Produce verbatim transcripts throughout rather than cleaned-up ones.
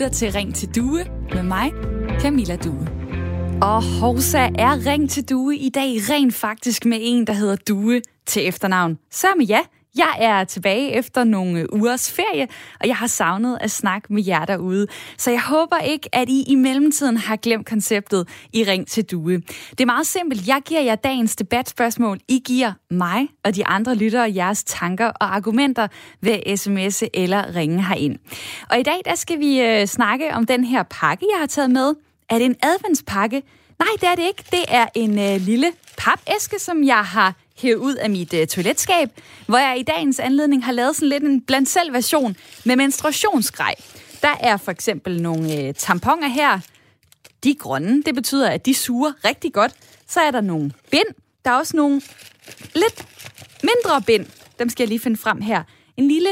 til Ring til Due med mig, Camilla Due. Og hovsa er Ring til Due i dag rent faktisk med en, der hedder Due til efternavn. Så med ja, jeg er tilbage efter nogle ugers ferie, og jeg har savnet at snakke med jer derude. Så jeg håber ikke, at I i mellemtiden har glemt konceptet i Ring til Due. Det er meget simpelt. Jeg giver jer dagens debatspørgsmål. I giver mig og de andre lyttere jeres tanker og argumenter ved sms'e eller ringe herind. Og i dag der skal vi øh, snakke om den her pakke, jeg har taget med. Er det en adventspakke? Nej, det er det ikke. Det er en øh, lille papæske, som jeg har hævet ud af mit øh, toiletskab, hvor jeg i dagens anledning har lavet sådan lidt en blandt selv version med menstruationsgrej. Der er for eksempel nogle øh, tamponer her. De er grønne. Det betyder, at de suger rigtig godt. Så er der nogle bind. Der er også nogle lidt mindre bind. Dem skal jeg lige finde frem her. En lille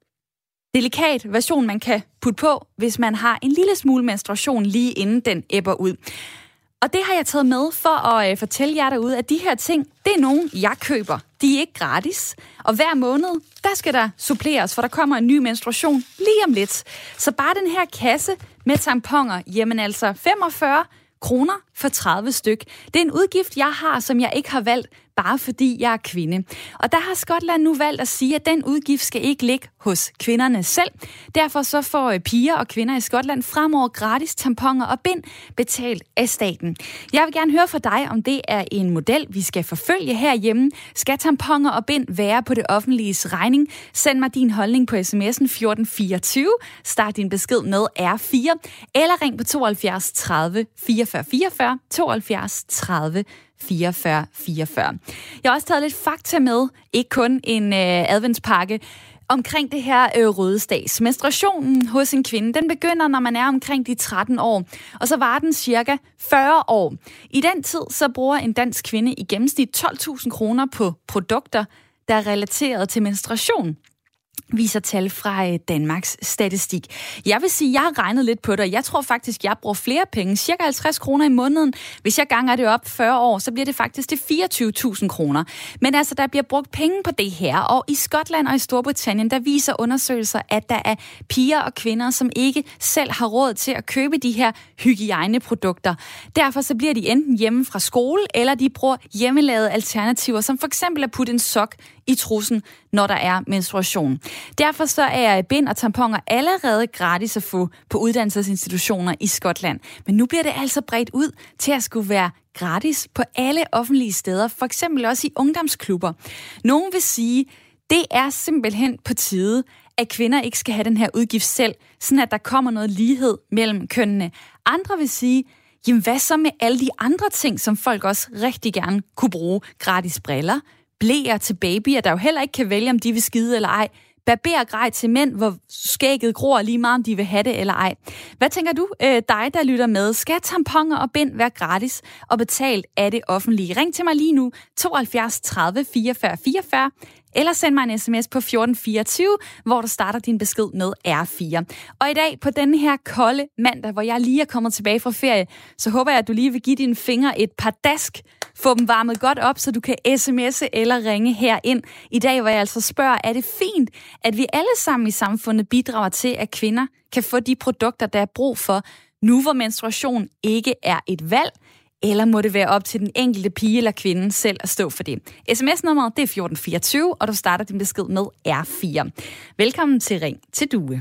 delikat version, man kan putte på, hvis man har en lille smule menstruation lige inden den ebber ud. Og det har jeg taget med for at øh, fortælle jer derude, at de her ting, det er nogen, jeg køber. De er ikke gratis. Og hver måned, der skal der suppleres, for der kommer en ny menstruation lige om lidt. Så bare den her kasse med tamponer, jamen altså femogfyrre kroner for tredive styk. Det er en udgift, jeg har, som jeg ikke har valgt, bare fordi jeg er kvinde. Og der har Skotland nu valgt at sige, at den udgift skal ikke ligge hos kvinderne selv. Derfor så får piger og kvinder i Skotland fremover gratis tamponer og bind betalt af staten. Jeg vil gerne høre fra dig, om det er en model, vi skal forfølge herhjemme. Skal tamponer og bind være på det offentliges regning? Send mig din holdning på sms'en fjorten fireogtyve. Start din besked med R fire. Eller ring på tooghalvfjerds tredive fireogfyrre fireogfyrre. tooghalvfjerds tredive fireogfyrre fireogfyrre. Jeg har også taget lidt fakta med, ikke kun en øh, adventspakke, omkring det her øh, røde stads. Menstruationen hos en kvinde, den begynder, når man er omkring de tretten år, og så var den cirka fyrre år. I den tid, så bruger en dansk kvinde i gennemsnit tolv tusind kroner på produkter, der er relateret til menstruation, viser tal fra Danmarks Statistik. Jeg vil sige, at jeg har regnet lidt på det, og jeg tror faktisk, jeg bruger flere penge, cirka halvtreds kroner i måneden. Hvis jeg ganger det op fyrre år, så bliver det faktisk til fireogtyve tusind kroner. Men altså, der bliver brugt penge på det her, og i Skotland og i Storbritannien, der viser undersøgelser, at der er piger og kvinder, som ikke selv har råd til at købe de her hygiejneprodukter. Derfor så bliver de enten hjemme fra skole, eller de bruger hjemmelavede alternativer, som for eksempel at putte en sok i trussen, når der er menstruation. Derfor så er bind og tamponer allerede gratis at få på uddannelsesinstitutioner i Skotland. Men nu bliver det altså bredt ud til at skulle være gratis på alle offentlige steder, for eksempel også i ungdomsklubber. Nogen vil sige, det er simpelthen på tide, at kvinder ikke skal have den her udgift selv, sådan at der kommer noget lighed mellem kønnene. Andre vil sige, jamen hvad så med alle de andre ting, som folk også rigtig gerne kunne bruge? Gratis briller, bleer til babyer, der jo heller ikke kan vælge, om de vil skide eller ej. Barbergrej til mænd, hvor skægget gror lige meget, om de vil have det eller ej. Hvad tænker du, øh, dig der lytter med? Skal tamponer og bind være gratis og betalt af det offentlige? Ring til mig lige nu, tooghalvfjerds tredive fireogfyrre fireogfyrre, eller send mig en sms på fjorten fireogtyve, hvor du starter din besked med R fire. Og i dag på denne her kolde mandag, hvor jeg lige er kommet tilbage fra ferie, så håber jeg, at du lige vil give dine fingre et par dask, få dem varmet godt op, så du kan sms'e eller ringe herind. I dag, hvor jeg altså spørger, er det fint, at vi alle sammen i samfundet bidrager til, at kvinder kan få de produkter, der er brug for, nu hvor menstruation ikke er et valg, eller må det være op til den enkelte pige eller kvinde selv at stå for det? S M S-nummeret det er fjorten fireogtyve, og du starter din besked med R fire. Velkommen til Ring til Due.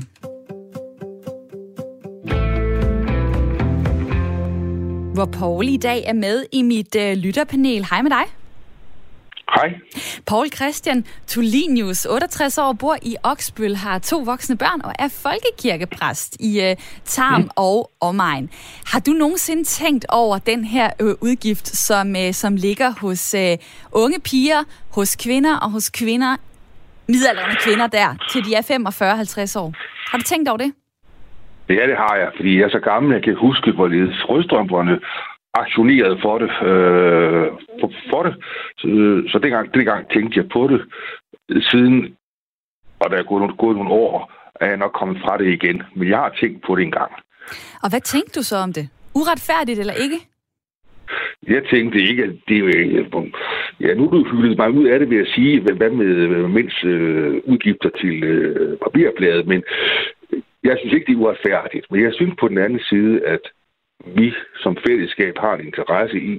Hvor Poul i dag er med i mit øh, lytterpanel. Hej med dig. Hej. Poul Christian Tulinius, otteogtres år, bor i Oksbøl, har to voksne børn og er folkekirkepræst i uh, Tarm mm. og omegn. Har du nogensinde tænkt over den her uh, udgift, som, uh, som ligger hos uh, unge piger, hos kvinder og hos kvinder, midaldrende kvinder der, til de er femogfyrre til halvtreds år? Har du tænkt over det? Ja, det har jeg, fordi jeg er så gammel, jeg kan huske, hvor lidt rødstrømperne aktioneret for det. Øh, for, for det. Så, så dengang, dengang tænkte jeg på det. Siden, og der er gået, gået nogle år, er jeg nok kommet fra det igen. Men jeg har tænkt på det engang. Og hvad tænkte du så om det? Uretfærdigt eller ikke? Jeg tænkte ikke, at det ja, nu er du hyldet mig ud af det ved at sige, hvad med mænds øh, udgifter til øh, papirbladet, men Jeg synes ikke, det er uretfærdigt, men jeg synes på den anden side, at vi som fællesskab har en interesse i.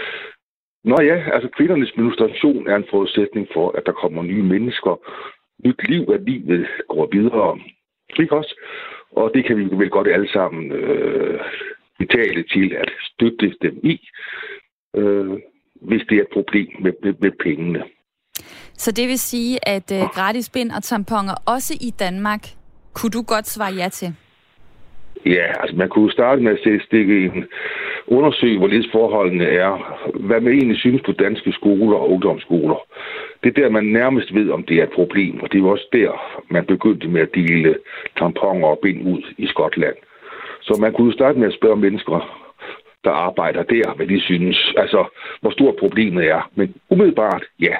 Nå ja, altså kvindernes menstruation er en forudsætning for, at der kommer nye mennesker. Nyt liv, at livet går videre. Ikke også? Og det kan vi vel godt alle sammen øh, betale til at støtte dem i, øh, hvis det er et problem med, med, med pengene. Så det vil sige, at øh, gratis bind og tamponer også i Danmark, kunne du godt svare ja til? Ja, altså man kunne starte med at stikke en undersøge, hvorledes forholdene er. Hvad man egentlig synes på danske skoler og ungdomsskoler. Det er der, man nærmest ved, om det er et problem. Og det er også der, man begyndte med at dele tamponer og bind ud i Skotland. Så man kunne starte med at spørge mennesker, der arbejder der, hvad de synes. Altså, hvor stort problemet er. Men umiddelbart, ja.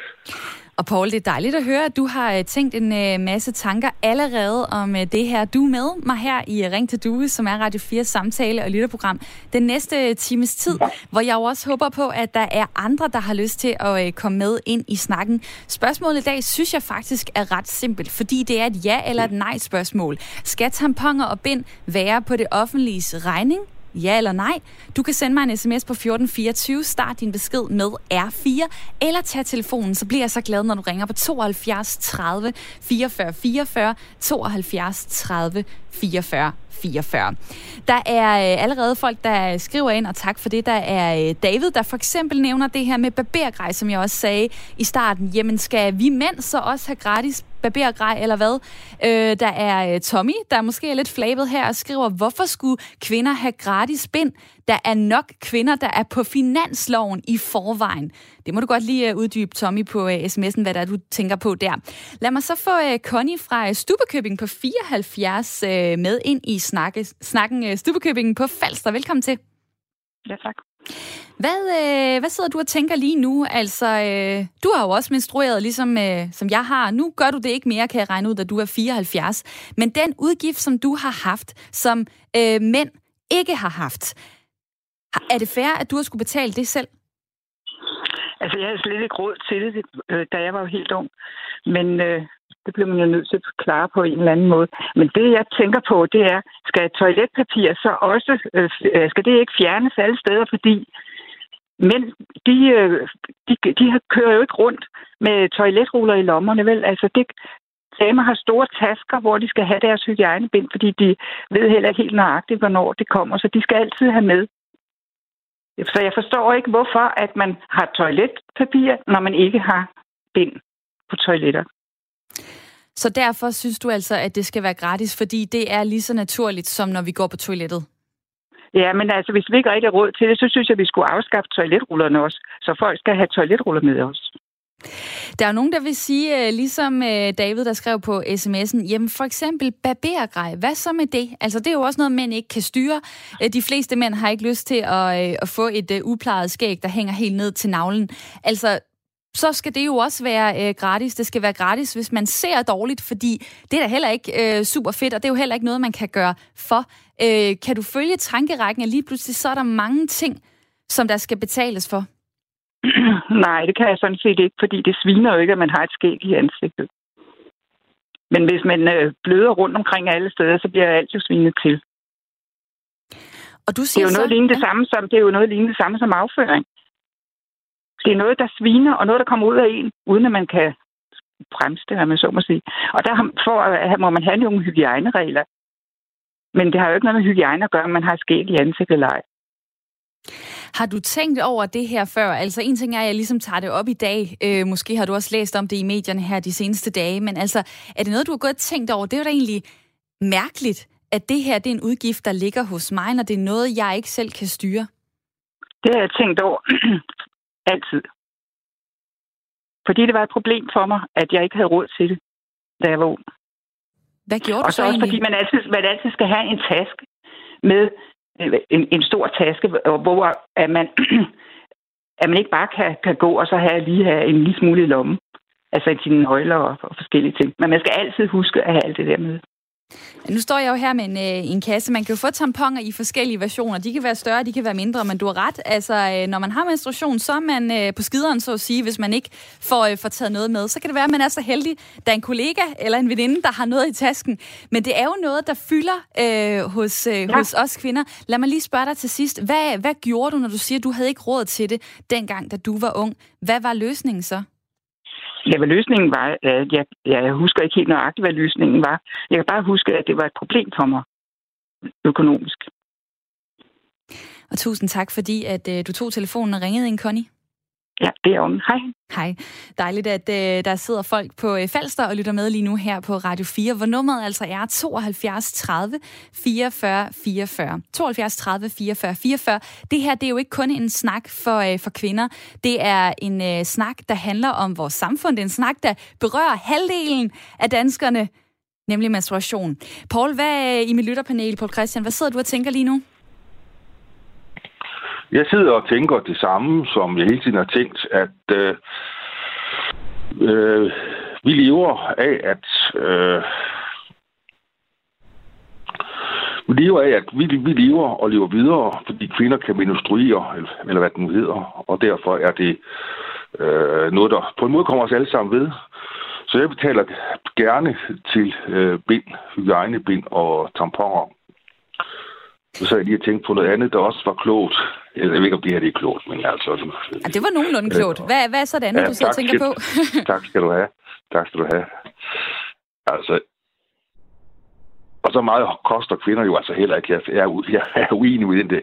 Og Poul, det er dejligt at høre, at du har tænkt en øh, masse tanker allerede om øh, det her. Du er med mig her i Ring til Due, som er Radio fires samtale- og lytterprogram den næste times tid, hvor jeg jo også håber på, at der er andre, der har lyst til at øh, komme med ind i snakken. Spørgsmålet i dag synes jeg faktisk er ret simpelt, fordi det er et ja eller et nej spørgsmål. Skal tamponer og bind være på det offentliges regning? Ja eller nej? Du kan sende mig en sms på fjorten fireogtyve, start din besked med R fire, eller tag telefonen, så bliver jeg så glad, når du ringer på tooghalvfjerds tredive fireogfyrre fireogfyrre, tooghalvfjerds tredive fireogfyrre fireogfyrre. Der er øh, allerede folk, der skriver ind, og tak for det. Der er øh, David, der for eksempel nævner det her med barbergrej, som jeg også sagde i starten. Jamen, skal vi mænd så også have gratis barbergrej, eller hvad? Øh, der er øh, Tommy, der måske er lidt flabet her og skriver, hvorfor skulle kvinder have gratis bind? Der er nok kvinder, der er på finansloven i forvejen. Det må du godt lige uh, uddybe, Tommy, på uh, sms'en, hvad der er, du tænker på der. Lad mig så få uh, Connie fra Stubbekøbing på fireoghalvfjerds uh, med ind i snakke, snakken uh, Stubbekøbingen på Falster. Velkommen til. Ja, tak. Hvad, øh, hvad sidder du og tænker lige nu? Altså, øh, du har jo også menstrueret, ligesom øh, som jeg har. Nu gør du det ikke mere, kan jeg regne ud, da du er fireoghalvfjerds. Men den udgift, som du har haft, som øh, mænd ikke har haft, er det fair, at du har skulle betale det selv? Altså, jeg havde slet ikke råd til det, da jeg var jo helt ung. Men øh, det bliver man jo nødt til at klare på en eller anden måde. Men det, jeg tænker på, det er, skal toiletpapir så også, øh, skal det ikke fjernes alle steder, fordi mænd, de, de, de kører jo ikke rundt med toiletruller i lommerne, vel? Altså, det, damer har store tasker, hvor de skal have deres hygiejnebind, fordi de ved heller ikke helt nøjagtigt, hvornår det kommer, så de skal altid have med. Så jeg forstår ikke, hvorfor at man har toiletpapir, når man ikke har bind på toiletter. Så derfor synes du altså, at det skal være gratis, fordi det er lige så naturligt, som når vi går på toilettet? Ja, men altså, hvis vi ikke rigtig har råd til det, så synes jeg, at vi skulle afskaffe toiletrullerne også, så folk skal have toiletruller med os. Der er jo nogen, der vil sige, ligesom David, der skrev på sms'en, jamen for eksempel barbergrej. Hvad så med det? Altså, det er jo også noget, mænd ikke kan styre. De fleste mænd har ikke lyst til at, at få et uplejet skæg, der hænger helt ned til navlen. Altså, så skal det jo også være gratis. Det skal være gratis, hvis man ser dårligt, fordi det er da heller ikke super fedt, og det er jo heller ikke noget, man kan gøre for. Kan du følge tankerækken, at lige pludselig så er der mange ting, som der skal betales for? Nej, det kan jeg sådan set ikke, fordi det sviner jo ikke, at man har et skæg i ansigtet. Men hvis man øh, bløder rundt omkring alle steder, så bliver alt jo svinet til. Og du siger det er jo noget så, lignende ja. det samme som det er jo noget lignende det samme som afføring. Det er noget, der sviner, og noget, der kommer ud af en, uden at man kan bremse det, man så må sige. Og der for, må man have nogle hygiejneregler. Men det har jo ikke noget med hygiejne at gøre, om man har skæg i ansigtet eller ej. Har du tænkt over det her før? Altså en ting er, at jeg ligesom tager det op i dag. Øh, måske har du også læst om det i medierne her de seneste dage. Men altså, er det noget, du har gået og tænkt over? Det er jo da egentlig mærkeligt, at det her det er en udgift, der ligger hos mig, når det er noget, jeg ikke selv kan styre. Det har jeg tænkt over altid. Fordi det var et problem for mig, at jeg ikke havde råd til det, da jeg var ung. Hvad gjorde og du så, så også egentlig? fordi man altid, man altid skal have en taske med En, en stor taske, hvor at man, at man ikke bare kan, kan gå og så have, lige have en lille smule i lommen. Altså sine nøgler og, og forskellige ting. Men man skal altid huske at have alt det der med. Nu står jeg jo her med en, øh, en kasse. Man kan jo få tamponer i forskellige versioner. De kan være større, de kan være mindre, men du har ret. Altså, øh, når man har menstruation, så er man øh, på skideren, så at sige, hvis man ikke får, øh, får taget noget med. Så kan det være, at man er så heldig, der er en kollega eller en veninde, der har noget i tasken. Men det er jo noget, der fylder øh, hos, øh, ja. hos os kvinder. Lad mig lige spørge dig til sidst. Hvad, hvad gjorde du, når du siger, at du havde ikke råd til det, dengang, da du var ung? Hvad var løsningen så? Ja, hvad løsningen var, jeg, jeg husker ikke helt nøjagtigt, hvad løsningen var. Jeg kan bare huske, at det var et problem for mig økonomisk. Og tusind tak, fordi at, uh, du tog telefonen og ringede ind, Connie. Ja, det er om. Hej. Hej. Dejligt, at uh, der sidder folk på uh, Falster og lytter med lige nu her på Radio fire, hvor nummeret altså er tooghalvfjerds tredive fireogfyrre fireogfyrre. tooghalvfjerds tredive fireogfyrre fireogfyrre. Det her, det er jo ikke kun en snak for, uh, for kvinder. Det er en uh, snak, der handler om vores samfund. Det er en snak, der berører halvdelen af danskerne, nemlig menstruation. Poul, hvad i mit lytterpanel, Poul Christian, hvad sidder du og tænker lige nu? Jeg sidder og tænker det samme, som jeg hele tiden har tænkt, at øh, øh, vi lever af, at øh, vi lever af, at vi, vi lever og lever videre, fordi kvinder kan menstruere, eller, eller hvad det nu hedder, og derfor er det øh, noget, der på en måde kommer os alle sammen ved. Så jeg betaler gerne til øh, bind, hygiejnebind og tamponer. Så jeg lige at tænke på noget andet, der også var klogt. Jeg ved ikke, om det her det er klogt, men altså... Ja, det var nogenlunde klogt. Hvad, hvad er så det andet, ja, du sidder og tænker på? Tak skal du have. Tak skal du have. Altså... Og så meget koster kvinder jo altså heller ikke. Jeg er, jeg er uenig med den der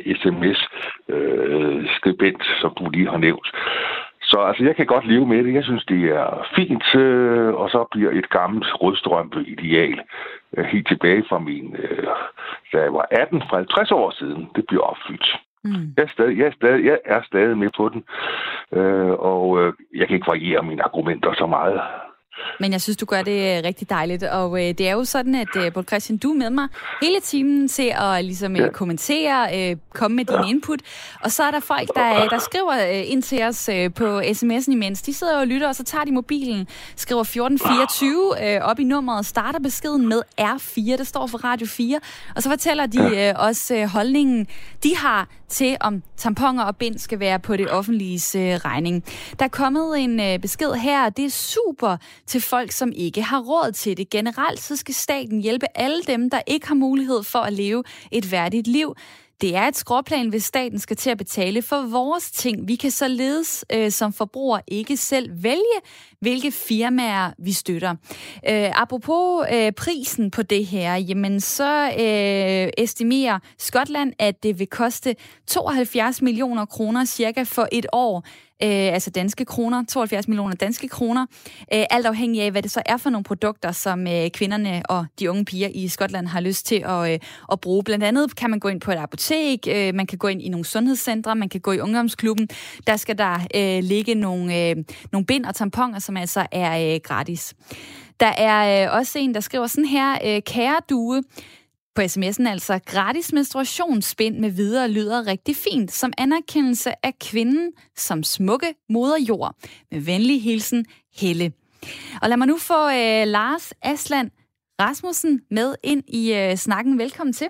sms-skribent, øh, som du lige har nævnt. Så altså, jeg kan godt leve med det. Jeg synes, det er fint, øh, og så bliver et gammelt rødstrømpe-ideal øh, helt tilbage fra min, øh, da jeg var atten, fra halvtreds år siden, det bliver opfyldt. Mm. Jeg, er stadig, jeg, er stadig, jeg er stadig med på den, øh, og øh, jeg kan ikke variere mine argumenter så meget. Men jeg synes, du gør det rigtig dejligt, og øh, det er jo sådan, at øh, Poul Christian, du er med mig hele timen til at ligesom, øh, kommentere, øh, komme med din ja. input, og så er der folk, der, der skriver øh, ind til os øh, på sms'en imens. De sidder og lytter, og så tager de mobilen, skriver fjorten fireogtyve øh, op i nummeret, starter beskeden med R fire, det står for Radio fire, og så fortæller de øh, også øh, holdningen, de har til, om tamponer og bind skal være på det offentliges øh, regning. Der er kommet en øh, besked her, det er super til folk, som ikke har råd til det. Generelt så skal staten hjælpe alle dem, der ikke har mulighed for at leve et værdigt liv. Det er et skråplan, hvis staten skal til at betale for vores ting. Vi kan således øh, som forbrugere ikke selv vælge, hvilke firmaer vi støtter. Øh, apropos øh, prisen på det her, jamen så øh, estimerer Skotland, at det vil koste tooghalvfjerds millioner kroner cirka for et år. Øh, altså danske kroner, tooghalvfjerds millioner danske kroner, øh, alt afhængig af, hvad det så er for nogle produkter, som øh, kvinderne og de unge piger i Skotland har lyst til at, øh, at bruge. Blandt andet kan man gå ind på et apotek, øh, man kan gå ind i nogle sundhedscentre, man kan gå i ungdomsklubben. Der skal der øh, ligge nogle, øh, nogle bind og tamponer, som altså er øh, gratis. Der er øh, også en, der skriver sådan her, øh, kære Due, på sms'en altså, gratis menstruationsbind med videre lyder rigtig fint, som anerkendelse af kvinden som smukke moder jord. Med venlig hilsen, Helle. Og lad mig nu få øh, Lars Aslan Rasmussen med ind i øh, snakken. Velkommen til.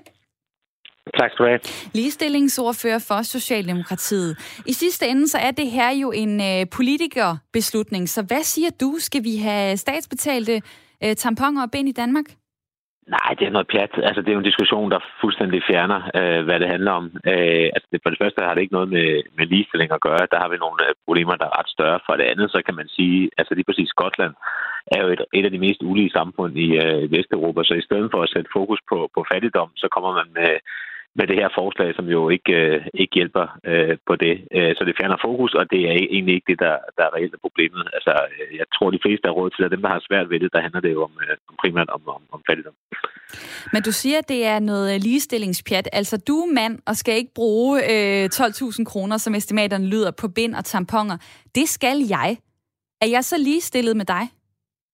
Tak skal du have. Ligestillingsordfører for Socialdemokratiet. I sidste ende så er det her jo en øh, politikerbeslutning. Så hvad siger du? Skal vi have statsbetalte øh, tamponer og bind i Danmark? Nej, det er noget pjat. Altså, det er jo en diskussion, der fuldstændig fjerner, øh, hvad det handler om. Øh, altså, for det første har det ikke noget med, med ligestilling at gøre. Der har vi nogle problemer, der er ret større. For det andet, så kan man sige, altså lige præcis Skotland er jo et, et af de mest ulige samfund i øh, Vesteuropa. Så i stedet for at sætte fokus på, på fattigdom, så kommer man med, med det her forslag, som jo ikke, øh, ikke hjælper øh, på det. Øh, så det fjerner fokus, og det er egentlig ikke det, der, der er reelt problemet. Altså, jeg tror, de fleste har råd til, at dem, der har svært ved det, der handler det jo om, øh, primært om, om, om fattigdom. Men du siger, at det er noget ligestillingspjat. Altså, du er mand og skal ikke bruge øh, tolv tusind kroner, som estimaterne lyder, på bind og tamponer. Det skal jeg. Er jeg så ligestillet med dig?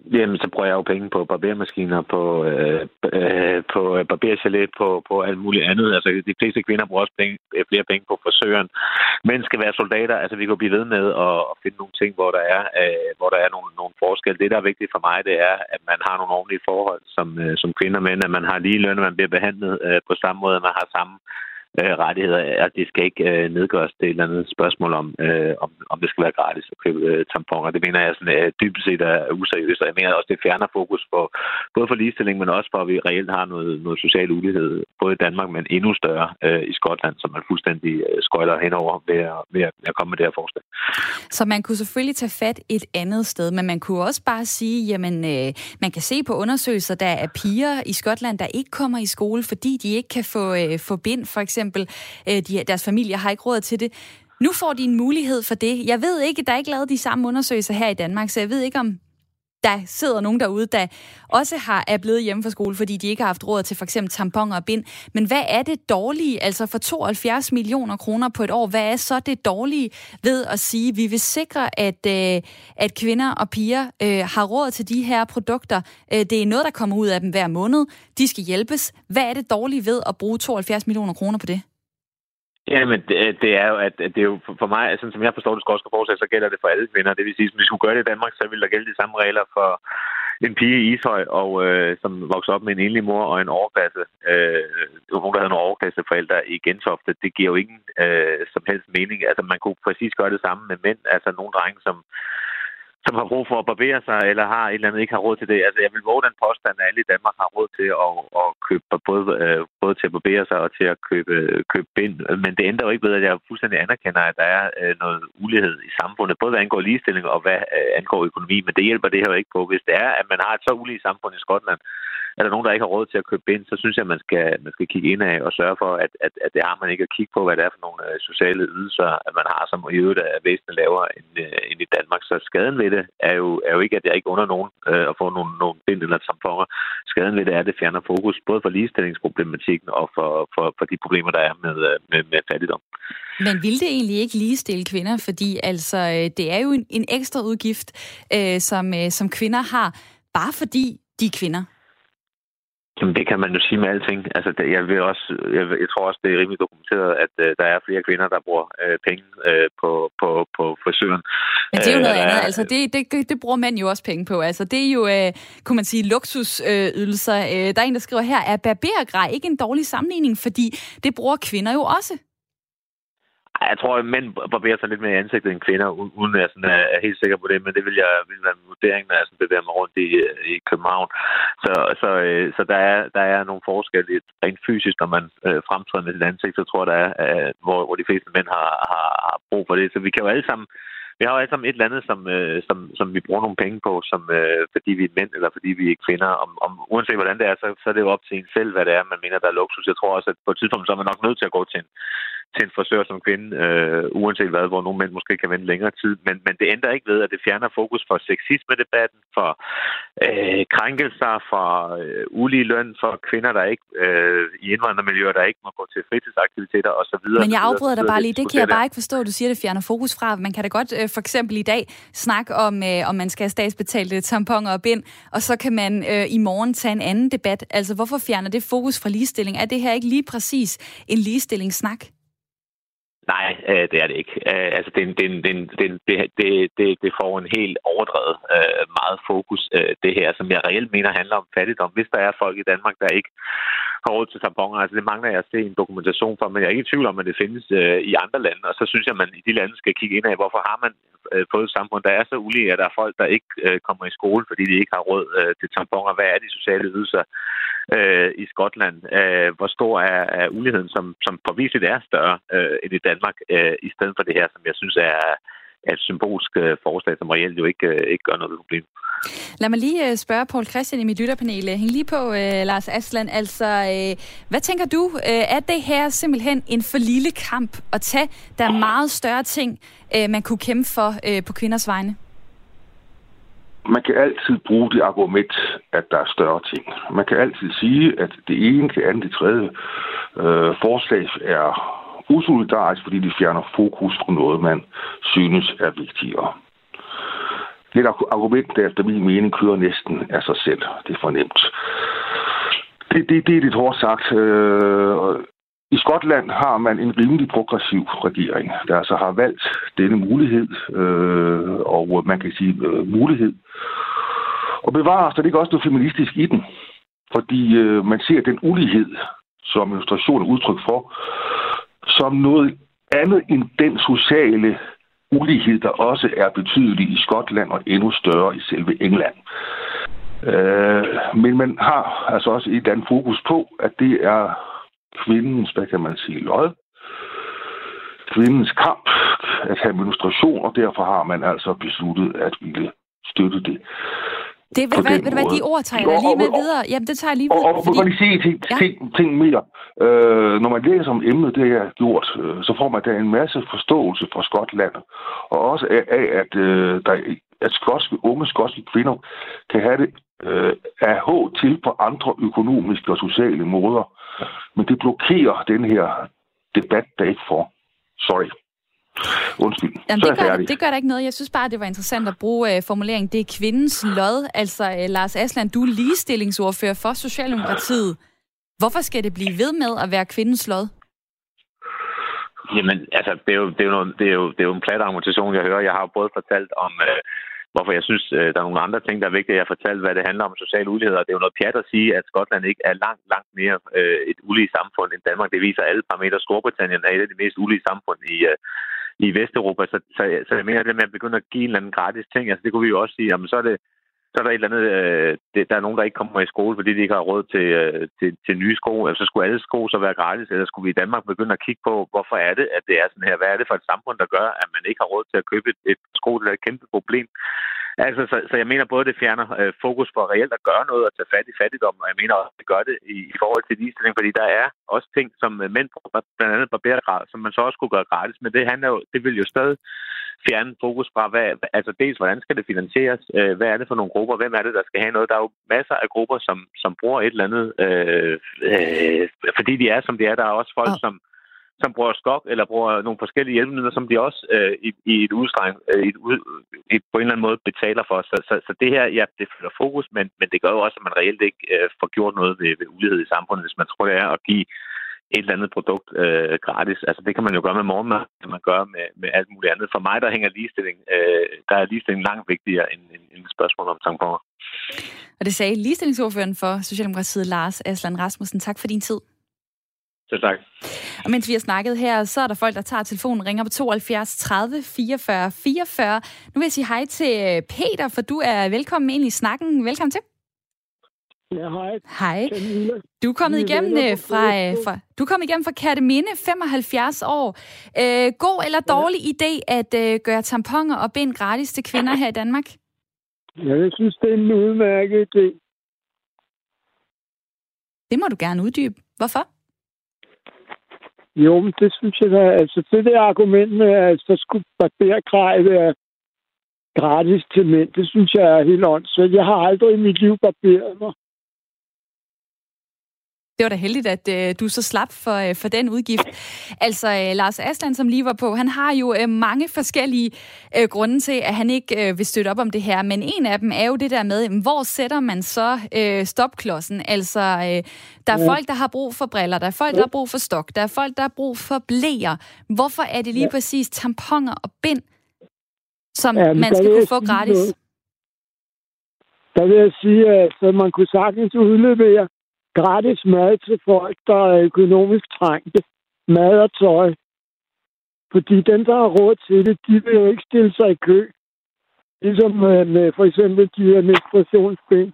Jamen, så bruger jeg jo penge på barbermaskiner, på, øh, øh, på barberchalet, på, på alt muligt andet. Altså, de fleste kvinder bruger også penge, flere penge på frisøren. Mænd skal være soldater. Altså, vi kan blive ved med at, at finde nogle ting, hvor der er, øh, hvor der er nogle, nogle forskelle. Det, der er vigtigt for mig, det er, at man har nogle ordentlige forhold som, øh, som kvinder og mænd, at man har lige løn, at man bliver behandlet øh, på samme måde, at man har samme rettigheder, at det skal ikke øh, nedgøres til et eller andet spørgsmål om, øh, om, om det skal være gratis at købe øh, tamponer. Det mener jeg sådan, øh, dybest set er useriøst, og jeg mener også, det fjerner fokus på, både for ligestilling, men også for, at vi reelt har noget, noget social ulighed, både i Danmark, men endnu større øh, i Skotland, som man fuldstændig øh, skøjter henover ved at, ved, at, ved at komme med det her forslag. Så man kunne selvfølgelig tage fat et andet sted, men man kunne også bare sige, jamen, øh, man kan se på undersøgelser, der er piger i Skotland, der ikke kommer i skole, fordi de ikke kan få, øh, få bind, for eksempel. De, deres familier har ikke råd til det. Nu får de en mulighed for det. Jeg ved ikke, der er ikke lavet de samme undersøgelser her i Danmark, så jeg ved ikke, om der sidder nogen derude, der også har, er blevet hjemme fra skole, fordi de ikke har haft råd til for eksempel tamponer og bind. Men hvad er det dårlige, altså for tooghalvfjerds millioner kroner på et år, hvad er så det dårlige ved at sige, at vi vil sikre, at, øh, at kvinder og piger øh, har råd til de her produkter. Øh, det er noget, der kommer ud af dem hver måned. De skal hjælpes. Hvad er det dårlige ved at bruge tooghalvfjerds millioner kroner på det? Jamen, det, det er jo, at det er jo for mig, sådan som jeg forstår det skotske forslag, så gælder det for alle kvinder. Det vil sige, at hvis vi skulle gøre det i Danmark, så ville der gælde de samme regler for en pige i Ishøj, og, øh, som vokser op med en enlig mor og en overklasse. Øh, nogen, der havde nogle overklasseforældre i Gentofte. Det giver jo ingen øh, som helst mening. Altså, man kunne præcis gøre det samme med mænd. Altså, nogle drenge, som som har brug for at barbere sig, eller har et eller andet ikke har råd til det. Altså, jeg vil våge den påstand, at alle i Danmark har råd til at, at købe både, både til at barbere sig og til at købe, købe bind. Men det ændrer jo ikke ved, at jeg fuldstændig anerkender, at der er noget ulighed i samfundet, både hvad angår ligestilling og hvad angår økonomi. Men det hjælper det her jo ikke på. Hvis det er, at man har et så ulige samfund i Skotland, er der nogen, der ikke har råd til at købe bind, så synes jeg, at man skal, man skal kigge indad og sørge for, at, at, at det har man ikke at kigge på, hvad det er for nogle sociale ydelser, at man har, som i øvrigt er væsentligt lavere end, end i Danmark. Så skaden ved det er jo, er jo ikke, at jeg ikke under nogen øh, at få nogle, nogle bind eller tamponer. Skaden ved det er, at det fjerner fokus både for ligestillingsproblematikken og for, for, for de problemer, der er med, med, med fattigdom. Men vil det egentlig ikke ligestille kvinder? Fordi altså, det er jo en, en ekstra udgift, øh, som, øh, som kvinder har, bare fordi de er kvinder. Jamen, det kan man jo sige med alting. Altså, det, jeg, vil også, jeg, jeg tror også, det er rimelig dokumenteret, at uh, der er flere kvinder, der bruger uh, penge uh, på, på, på frisøren. Men det er jo noget uh, andet. Altså, det, det, det bruger mænd jo også penge på. Altså, det er jo, uh, kunne man sige, luksusydelser. Uh, uh, der er en, der skriver her, er barbergrej ikke en dårlig sammenligning, fordi det bruger kvinder jo også? Jeg tror, at mænd barberer sig lidt mere i ansigtet end kvinder, uden at jeg sådan er helt sikker på det, men det vil jeg vil være en vurdering, når jeg sådan bevæger mig rundt i, i København. Så, så, så der, er, der er nogle forskelle rent fysisk, når man øh, fremtræder med sit ansigt, så tror jeg, der er, øh, hvor, hvor de fleste mænd har, har, har brug for det. Så vi kan jo alle sammen Vi har jo alle sammen et eller andet, som, øh, som, som vi bruger nogle penge på, som, øh, fordi vi er mænd, eller fordi vi er kvinder. Om, om, uanset hvordan det er, så, så er det jo op til en selv, hvad det er, man mener, der er luksus. Jeg tror også, at på et tidspunkt, så er man nok nødt til at gå til en, til en frisør som kvinde, øh, uanset hvad, hvor nogle mænd måske kan vente længere tid. Men, men det ændrer ikke ved, at det fjerner fokus for sexisme-debatten, for øh, krænkelser, for øh, ulige løn, for kvinder, der ikke øh, i indvandrermiljøer, der ikke må gå til fritidsaktiviteter osv. Men jeg afbryder dig bare lige. Det kan jeg bare ikke forstå, at du siger, at det fjerner fokus fra. Man kan da godt øh, for eksempel i dag snakke om, øh, om man skal have statsbetalte tamponer og bind, og så kan man øh, i morgen tage en anden debat. Altså, hvorfor fjerner det fokus fra ligestilling? Er det her ikke lige præcis en ligestillingssnak? Nej, øh, det er det ikke. Øh, altså, det, det, det, det, det, det, det får en helt overdrevet øh, meget fokus, øh, det her, som jeg reelt mener handler om fattigdom. Hvis der er folk i Danmark, der ikke har råd til tamponer, altså det mangler jeg at se en dokumentation for, men jeg er ikke i tvivl om, at det findes øh, i andre lande, og så synes jeg, at man i de lande skal kigge ind af, hvorfor har man øh, fået et samfund, der er så ulige, at der er folk, der ikke øh, kommer i skole, fordi de ikke har råd øh, til tamponer. Hvad er de sociale ydelser øh, i Skotland? Øh, hvor stor er, er uligheden, som, som forviseligt er større øh, end i Danmark, øh, i stedet for det her, som jeg synes er et symbolsk øh, forslag, som reelt jo ikke, øh, ikke gør noget problem. Lad mig lige øh, spørge Poul Christian i mit lytterpanel. Hæng lige på, øh, Lars Aslan. Altså, øh, hvad tænker du? Øh, er det her simpelthen en for lille kamp at tage? Der er meget større ting, øh, man kunne kæmpe for øh, på kvinders vegne. Man kan altid bruge det argument, at der er større ting. Man kan altid sige, at det ene, det andet, det tredje øh, forslag er usolidarisk, fordi de fjerner fokus på noget, man synes er vigtigere. Det er et argument, der efter min mening kører næsten af sig selv. Det er fornemt. Det, det, det er lidt hårdt sagt. I Skotland har man en rimelig progressiv regering, der altså har valgt denne mulighed, og man kan sige mulighed. Og bevares der ligger også noget feministisk i den, fordi man ser den ulighed, som menstruation er udtryk for, som noget andet end den sociale ulighed, der også er betydelig i Skotland og endnu større i selve England. Øh, men man har altså også et andet fokus på, at det er kvindens, hvad kan man sige, lod, kvindens kamp at have menstruation, og derfor har man altså besluttet at ville støtte det. Det ved, hvad, ved du hvad, de ord tager jeg lige med videre. Jamen, det tager jeg lige videre. Og, og fordi... man lige sige ting, ja. ting, ting mere. Øh, når man læser om emnet, det jeg har gjort, øh, så får man da en masse forståelse fra Skotland. Og også af, af at, øh, der, at skotske, unge skotske kvinder kan have det øh, af H til på andre økonomiske og sociale måder. Men det blokerer den her debat, der ikke får. Sorry. Undskyld. Jamen, det, gør, det gør der ikke noget. Jeg synes bare, det var interessant at bruge uh, formuleringen, det er kvindens lod. Altså, uh, Lars Aslan, du er ligestillingsordfører for Socialdemokratiet. Hvorfor skal det blive ved med at være kvindens lod? Jamen, altså, det er jo, det er jo, noget, det er jo, det er jo en plat argumentation, jeg hører. Jeg har jo både fortalt om, uh, hvorfor jeg synes, uh, der er nogle andre ting, der er vigtige. Jeg har fortalt, hvad det handler om social ulighed. Det er jo noget pjat at sige, at Skotland ikke er langt, langt mere uh, et ulige samfund end Danmark. Det viser alle parametre. Storbritannien er et af de mest ulige samfund i uh, i Vesteuropa, så, så, så jeg mener, det med at begynde at give en eller anden gratis ting, altså det kunne vi jo også sige, jamen så er det, så er der et eller andet, øh, det, der er nogen, der ikke kommer i skole, fordi de ikke har råd til, øh, til, til nye sko, altså så skulle alle sko så være gratis, eller skulle vi i Danmark begynde at kigge på, hvorfor er det, at det er sådan her, hvad er det for et samfund, der gør, at man ikke har råd til at købe et, et sko, det er et kæmpe problem. Altså, så, så jeg mener både, det fjerner øh, fokus for reelt at gøre noget og tage fat i fattigdom, og jeg mener også, at det gør det i, i forhold til ligestilling, fordi der er også ting, som mænd, blandt andet barbergrad, som man så også kunne gøre gratis, men det handler jo, det vil jo stadig fjerne fokus fra, hvad, altså dels, hvordan skal det finansieres, øh, hvad er det for nogle grupper, hvem er det, der skal have noget. Der er jo masser af grupper, som, som bruger et eller andet, øh, øh, fordi de er, som de er. Der er også folk, som som bruger skok, eller bruger nogle forskellige hjælpemidler, som de også øh, i, i et udstræng, øh, i et ud, i, på en eller anden måde betaler for. Så, så, så det her, ja, det flytter fokus, men, men det gør jo også, at man reelt ikke øh, får gjort noget ved, ved ulighed i samfundet, hvis man tror, det er at give et eller andet produkt øh, gratis. Altså det kan man jo gøre med morgenmad, det kan man gøre med, med alt muligt andet. For mig, der hænger ligestilling, øh, der er ligestilling langt vigtigere end, end, end spørgsmål om tamponer. Og det sagde ligestillingsordføreren for Socialdemokratiet, Lars Aslan Rasmussen. Tak for din tid. Så tak. Og mens vi har snakket her, så er der folk, der tager telefonen, ringer på tooghalvfjerds tredive fireogfyrre fireogfyrre. Nu vil jeg sige hej til Peter, for du er velkommen ind i snakken. Velkommen til. Ja, hej. Hej. Du er kommet igennem fra, fra, du er kommet igennem fra Kerteminde, femoghalvfjerds år. Øh, god eller dårlig idé at øh, gøre tamponer og bind gratis til kvinder her i Danmark? Ja, jeg synes, det er en udmærket idé. Det må du gerne uddybe. Hvorfor? Jo, men det synes jeg da, altså det der argument med, at så skulle barbergrej være gratis til mænd, det synes jeg er helt åndssvagt. Jeg har aldrig i mit liv barberet mig. Det var da heldigt, at øh, du så slap for, øh, for den udgift. Altså, øh, Lars Aslan, som lige var på, han har jo øh, mange forskellige øh, grunde til, at han ikke øh, vil støtte op om det her. Men en af dem er jo det der med, hvor sætter man så øh, stopklodsen? Altså, øh, der er ja. folk, der har brug for briller, der er folk, ja. der har brug for stok, der er folk, der har brug for bleer. Hvorfor er det lige ja. præcis tamponer og bind, som ja, man skal kunne få gratis? Noget. Der vil jeg sige, at man kunne sagtens udlevere gratis mad til folk, der er økonomisk trængte. Mad og tøj. Fordi dem, der har råd til det, de vil jo ikke stille sig i kø. Ligesom med, med for eksempel de her menstruationsbind.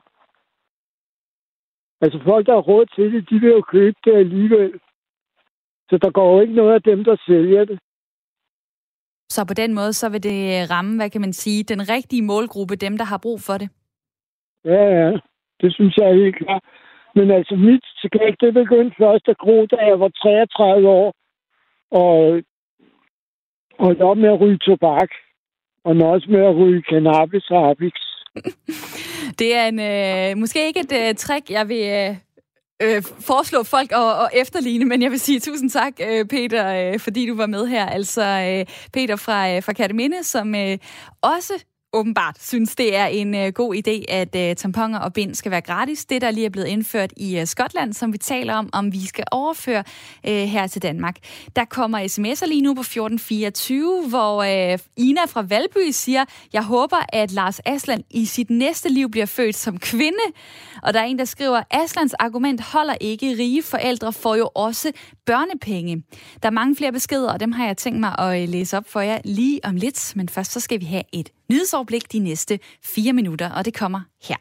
Altså folk, der har råd til det, de vil jo købe det alligevel. Så der går jo ikke noget af dem, der sælger det. Så på den måde, så vil det ramme, hvad kan man sige, den rigtige målgruppe, dem, der har brug for det? Ja, ja. Det synes jeg er helt klart. Men altså, mit skæg, det begyndte først at gro, da jeg var treogtredive år, og holdt op med at ryge tobak, og også med at ryge cannabis og habix. Det er en, øh, måske ikke et øh, trick, jeg vil øh, øh, foreslå folk at, at efterligne, men jeg vil sige tusind tak, øh, Peter, øh, fordi du var med her. Altså, øh, Peter fra, øh, fra Kerteminde, som øh, også åbenbart synes, det er en uh, god idé, at uh, tamponer og bind skal være gratis. Det, der lige er blevet indført i uh, Skotland, som vi taler om, om vi skal overføre uh, her til Danmark. Der kommer sms'er lige nu på fjorten fireogtyve, hvor uh, Ina fra Valby siger, jeg håber, at Lars Aslan i sit næste liv bliver født som kvinde. Og der er en, der skriver, Aslans argument holder ikke. Rige forældre får jo også børnepenge. Der er mange flere beskeder, og dem har jeg tænkt mig at læse op for jer lige om lidt. Men først så skal vi have et nyhedsoverblik de næste fire minutter, og det kommer her.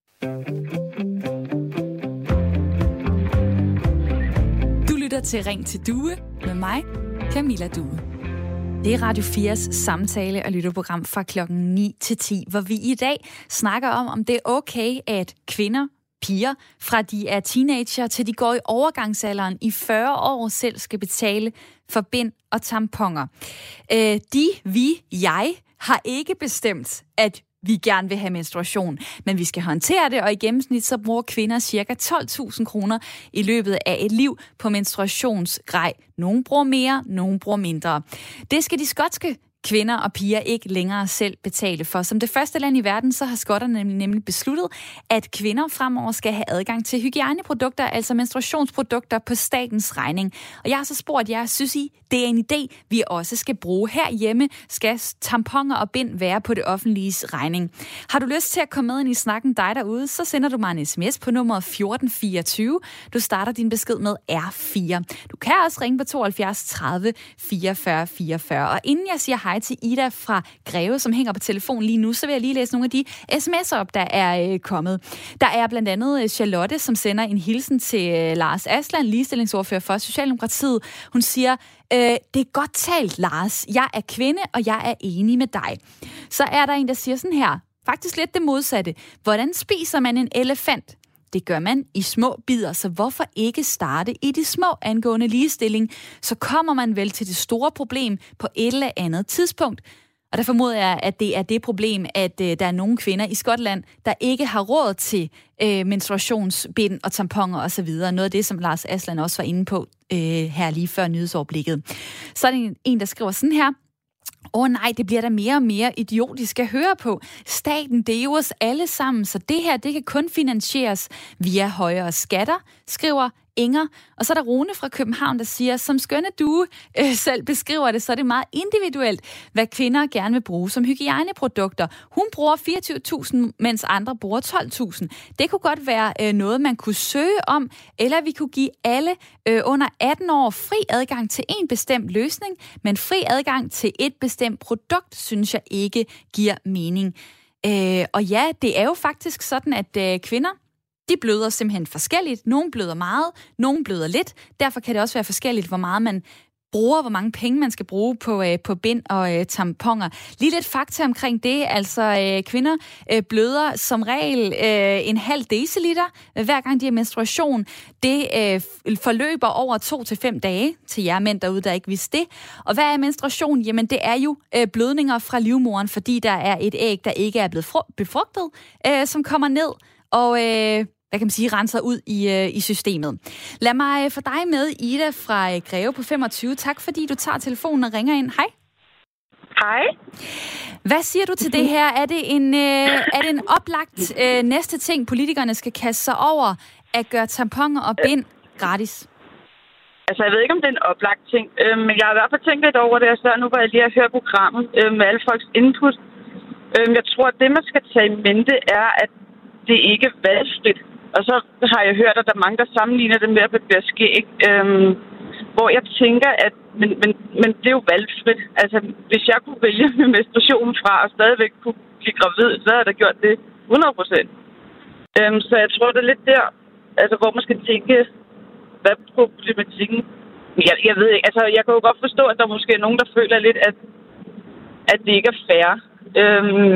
Du lytter til Ring til Due med mig, Camilla Due. Det er Radio fires samtale- og lytterprogram fra klokken ni til ti, hvor vi i dag snakker om, om det er okay, at kvinder, piger, fra de er teenager til de går i overgangsalderen i fyrre år, selv skal betale for bind og tamponer. Øh, de, vi, jeg har ikke bestemt, at vi gerne vil have menstruation, men vi skal håndtere det, og i gennemsnit så bruger kvinder ca. tolv tusind kroner i løbet af et liv på menstruationsgrej. Nogle bruger mere, nogle bruger mindre. Det skal de skotske kvinder og piger ikke længere selv betale for. Som det første land i verden, så har skotterne nemlig besluttet, at kvinder fremover skal have adgang til hygiejneprodukter, altså menstruationsprodukter på statens regning. Og jeg har så spurgt jer, synes I, det er en idé, vi også skal bruge herhjemme? Skal tamponer og bind være på det offentliges regning? Har du lyst til at komme med ind i snakken dig derude, så sender du mig en sms på nummeret fjorten fireogtyve. Du starter din besked med R fire. Du kan også ringe på tooghalvfjerds tredive fireogfyrre fireogfyrre. Og inden jeg siger hej til Ida fra Greve, som hænger på telefonen lige nu, så vil jeg lige læse nogle af de sms'er op, der er øh, kommet. Der er blandt andet Charlotte, som sender en hilsen til øh, Lars Aslan, ligestillingsordfører for Socialdemokratiet. Hun siger, øh, det er godt talt, Lars. Jeg er kvinde, og jeg er enig med dig. Så er der en, der siger sådan her, faktisk lidt det modsatte. Hvordan spiser man en elefant? Det gør man i små bidder, så hvorfor ikke starte i de små angående ligestilling? Så kommer man vel til det store problem på et eller andet tidspunkt. Og der formoder jeg, at det er det problem, at øh, der er nogle kvinder i Skotland, der ikke har råd til øh, menstruationsbind og tamponer osv. Noget af det, som Lars Aslan også var inde på øh, her lige før nyhedsoverblikket. Så er der en, der skriver sådan her. Åh oh, nej, det bliver da mere og mere idiotisk at høre på. Staten, det er jo os alle sammen, så det her, det kan kun finansieres via højere skatter, skriver Inger. Og så er der Rune fra København, der siger, som skønne du øh, selv beskriver det, så er det meget individuelt, hvad kvinder gerne vil bruge som hygiejneprodukter. Hun bruger fireogtyve tusind, mens andre bruger tolv tusind. Det kunne godt være øh, noget, man kunne søge om, eller vi kunne give alle øh, under atten år fri adgang til en bestemt løsning, men fri adgang til et bestemt produkt, synes jeg ikke giver mening. Øh, og ja, det er jo faktisk sådan, at øh, kvinder, de bløder simpelthen forskelligt. Nogle bløder meget, nogle bløder lidt. Derfor kan det også være forskelligt, hvor meget man bruger, hvor mange penge man skal bruge på, øh, på bind og øh, tamponer. Lige lidt fakta omkring det. Altså, øh, kvinder øh, bløder som regel øh, en halv deciliter, øh, hver gang de har menstruation. Det øh, forløber over to til fem dage til jer mænd derude, der ikke vidste det. Og hvad er menstruation? Jamen, det er jo øh, blødninger fra livmoderen, fordi der er et æg, der ikke er blevet befrugtet, øh, som kommer ned og, øh, hvad kan man sige, renser ud i, øh, i systemet. Lad mig få dig med, Ida fra Greve på femogtyve. Tak, fordi du tager telefonen og ringer ind. Hej. Hej. Hvad siger du til det her? Er det en, øh, er det en oplagt øh, næste ting, politikerne skal kaste sig over, at gøre tamponer og bind gratis? Altså, jeg ved ikke, om det er en oplagt ting, øh, men jeg har i hvert fald tænkt lidt over det, så nu var jeg lige at høre programmet øh, med alle folks input. Øh, jeg tror, at det, man skal tage i mente, er, at det ikke er valgfrit. Og så har jeg hørt, at der er mange, der sammenligner det med at blive skæg. Øhm, hvor jeg tænker, at men, men, men det er jo valgfrit. Altså, hvis jeg kunne vælge med menstruationen fra og stadigvæk kunne blive gravid, så havde jeg da gjort det hundrede procent. Øhm, så jeg tror, det er lidt der, altså, hvor man skal tænke, hvad er problematikken? Jeg, jeg ved ikke, altså, jeg kan jo godt forstå, at der måske er nogen, der føler lidt, at, at det ikke er fair. Øhm,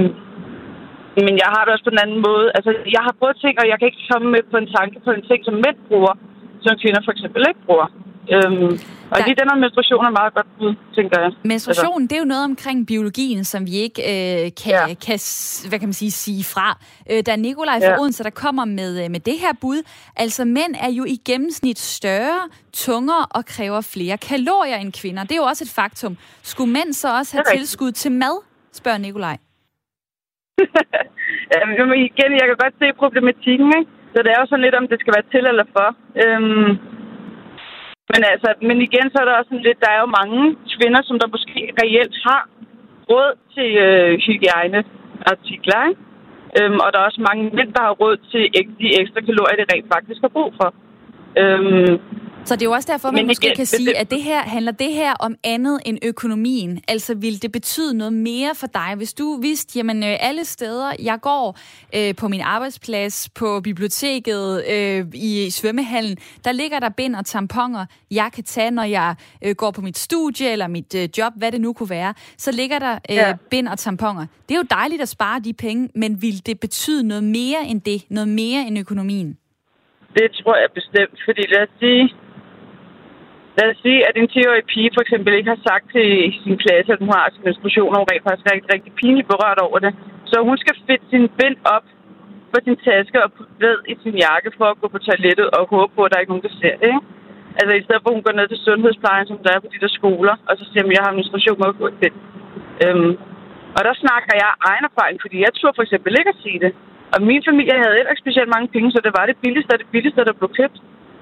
Men jeg har det også på en anden måde. Altså, jeg har prøvet ting, og jeg kan ikke komme med på en tanke på en ting, som mænd bruger, som kvinder for eksempel ikke bruger. Øhm, og der... lige den her menstruation er meget godt bud, tænker jeg. Menstruation, altså. Det er jo noget omkring biologien, som vi ikke øh, kan, ja. kan, hvad kan man sige, sige fra. Øh, der er Nikolaj fra ja. Odense, der kommer med, med det her bud. Altså, mænd er jo i gennemsnit større, tungere og kræver flere kalorier end kvinder. Det er jo også et faktum. Skulle mænd så også have tilskud til mad, spørger Nikolaj. ja, men igen, jeg kan godt se problematikken, ikke? Så det er jo sådan lidt, om det skal være til eller for. Øhm, men altså, men igen, så er der også sådan lidt, der er jo mange kvinder, som der måske reelt har råd til øh, hygiejneartikler, ikke? Øhm, og der er også mange mænd, der har råd til de ekstra kalorier, det rent faktisk har brug for. Øhm, Så det er jo også derfor, man Men måske igen, kan det- sige, det- at det her handler det her om andet end økonomien. Altså vil det betyde noget mere for dig, hvis du vidste, jamen øh, alle steder, jeg går øh, på min arbejdsplads, på biblioteket, øh, i svømmehallen, der ligger der bind og tamponer, jeg kan tage, når jeg øh, går på mit studie eller mit øh, job, hvad det nu kunne være. Så ligger der øh, Ja. bind og tamponer. Det er jo dejligt at spare de penge, men vil det betyde noget mere end det? Noget mere end økonomien? Det tror jeg bestemt, fordi lad os sige, lad os sige, at en ti-årig pige for eksempel ikke har sagt til sin klasse, at hun har sin menstruation, og hun rent faktisk rigtig, rigtig pinligt berørt over det. Så hun skal fedte sin bind op på sin taske og putte ved i sin jakke for at gå på toilettet og håbe på, at der er ikke nogen, der ser det, ikke? Altså i stedet for, at hun går ned til sundhedsplejen, som der er på de der skoler, og så siger, at jeg har menstruation med at gå i bind. Øhm, og der snakker jeg egen erfaring, fordi jeg tror for eksempel ikke at sige det. Og min familie havde heller ikke specielt mange penge, så det var det billigste af det billigste, der blev købt.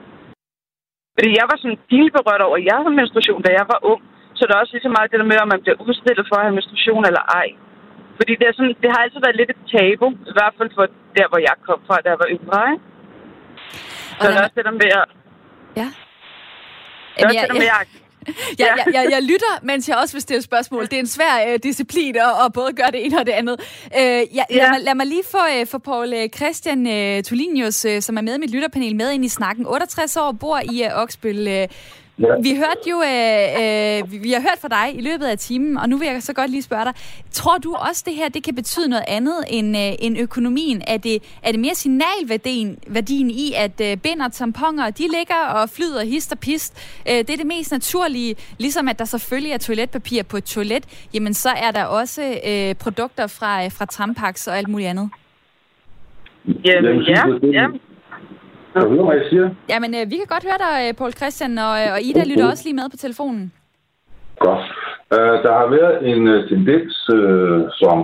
Fordi jeg var sådan pinligt berørt over, at jeg havde menstruation, da jeg var ung. Så der er også lige så meget det der med, om man bliver udstillet for at have menstruation eller ej. Fordi det, er sådan, det har altid været lidt et tabu, i hvert fald for der, hvor jeg kom fra, da jeg var yngre. Ikke? Så Og der er også det der med at... Ja. Det er også Jamen, det der med at... Jeg, jeg, jeg, jeg lytter, mens jeg også vil stille spørgsmål. Det er en svær øh, disciplin at, at både gøre det ene og det andet. Øh, jeg, ja. lad, mig, lad mig lige få, øh, få Poul øh, Christian øh, Tulinius, øh, som er med i mit lytterpanel, med ind i snakken. otteogtres år, bor i øh, Oksbøl. Øh, Ja. Vi hørte jo, øh, øh, vi, vi har hørt fra dig i løbet af timen, og nu vil jeg så godt lige spørge dig. Tror du også, det her det kan betyde noget andet end, øh, end økonomien? Er det, er det mere signalværdien værdien i, at øh, bind og tamponer, de ligger og flyder hist og pist? Øh, det er det mest naturlige, ligesom at der selvfølgelig er toiletpapir på et toilet, jamen så er der også øh, produkter fra, fra Tampax og alt muligt andet. Jamen, ja, ja. Kan du høre, hvad jeg siger? Jamen, øh, vi kan godt høre dig, øh, Poul Christian, og, og Ida lytter også lige med på telefonen. Godt. Uh, der har været en uh, tendens, uh, som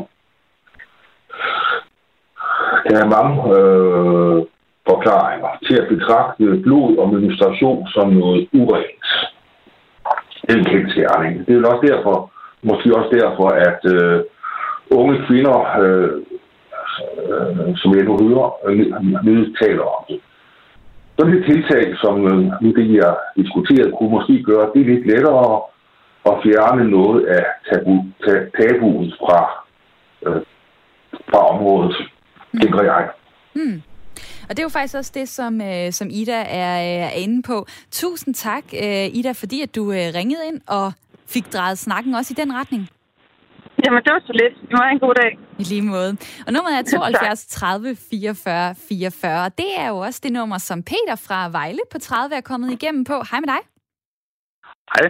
der er mange uh, forklaringer til at betragte blod og menstruation som noget urent. Det er en kendsgerning. Det er jo også derfor, måske også derfor, at uh, unge kvinder, uh, uh, som jeg nu hører, uh, taler om det. Sådan et tiltag, som nu det, vi har diskuteret, kunne måske gøre det lidt lettere at fjerne noget af tabu, tabuen fra, øh, fra området, mm. tænker jeg. Mm. Og det er jo faktisk også det, som, øh, som Ida er, er inde på. Tusind tak, øh, Ida, fordi at du øh, ringede ind og fik drejet snakken også i den retning. Jamen, det var så lidt. Det var en god dag. I lige måde. Og nummeret er tooghalvfjerds tredive fireogfyrre fireogfyrre. Det er jo også det nummer, som Peter fra Vejle på tredive er kommet igennem på. Hej med dig. Hej.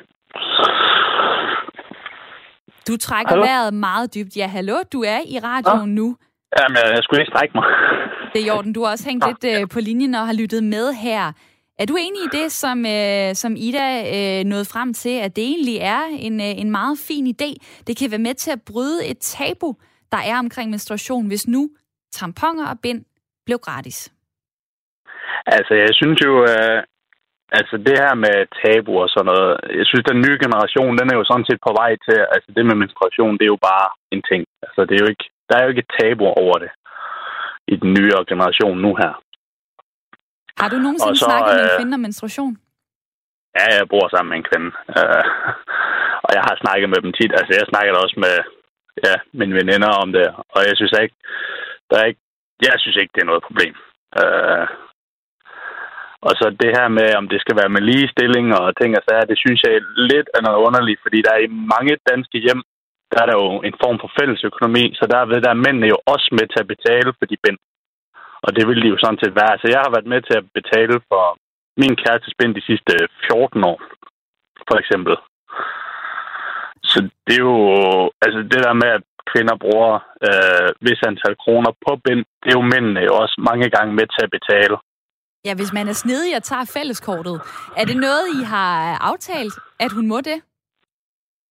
Du trækker Hallo? vejret meget dybt. Ja, hallo, du er i radioen Ja. nu. Jamen, jeg, jeg skulle lige strække mig. Det er i orden. Du har også hængt lidt øh, på linjen og har lyttet med her. Er du enig i det, som, øh, som Ida øh, nåede frem til, at det egentlig er en, øh, en meget fin idé? Det kan være med til at bryde et tabu, der er omkring menstruation, hvis nu tamponer og bind blev gratis. Altså, jeg synes jo, øh, altså det her med tabu og sådan noget, jeg synes, den nye generation, den er jo sådan set på vej til, altså det med menstruation, det er jo bare en ting. Altså, det er jo ikke, der er jo ikke et tabu over det i den nye generation nu her. Har du nogensinde så, snakket med en øh, kvinde om menstruation? Ja, jeg bor sammen med en kvinde, øh, og jeg har snakket med dem tit. Altså, jeg snakker også med ja, mine veninder om det, og jeg synes ikke, der er ikke, jeg synes ikke, det er noget problem. Øh, og så det her med, om det skal være med ligestilling og ting og sager, det synes jeg lidt er noget underligt, fordi der er i mange danske hjem, der er der jo en form for fælles økonomi, så derved der er mændene jo også med til at betale for de bind. Og det vil de jo sådan set være. Så jeg har været med til at betale for min kærestes bind de sidste fjorten år, for eksempel. Så det er jo, altså det der med, at kvinder bruger øh, vis antal kroner på bind, det er jo mændene jo også mange gange med til at betale. Ja, hvis man er snedig og tager fælleskortet, er det noget, I har aftalt, at hun må det?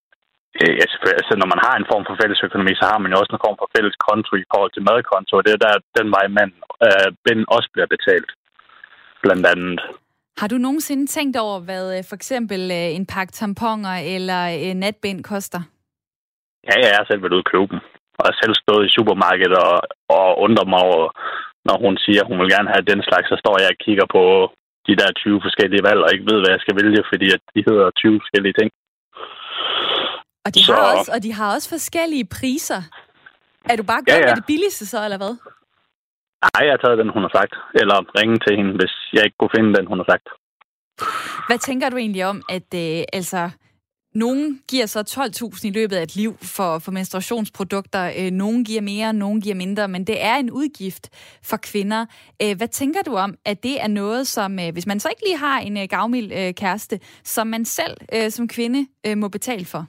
Øh, ja, altså, når man har en form for fælles økonomi, så har man jo også en form for fælles konto i forhold til madkonto, og det er der den vej, man øh, bind også bliver betalt, blandt andet. Har du nogensinde tænkt over, hvad for eksempel en pakke tamponer eller natbind koster? Ja, jeg har selv været ude og købe dem. Og jeg har selv stået i supermarkedet og, og undrer mig over, når hun siger, at hun vil gerne have den slags, så står jeg og kigger på de der tyve forskellige valg, og ikke ved, hvad jeg skal vælge, fordi at de hedder tyve forskellige ting. Og de, har også, og de har også forskellige priser. Er du bare gået ja, ja. med det billigste så, eller hvad? Nej, jeg har taget den, hun har sagt. Eller ringe til hende, hvis jeg ikke kunne finde den, hun har sagt. Hvad tænker du egentlig om, at øh, altså, nogen giver så tolv tusind i løbet af et liv for, for menstruationsprodukter. Øh, nogen giver mere, nogen giver mindre, men det er en udgift for kvinder. Øh, hvad tænker du om, at det er noget, som, øh, hvis man så ikke lige har en øh, gavmild øh, kæreste, som man selv øh, som kvinde øh, må betale for?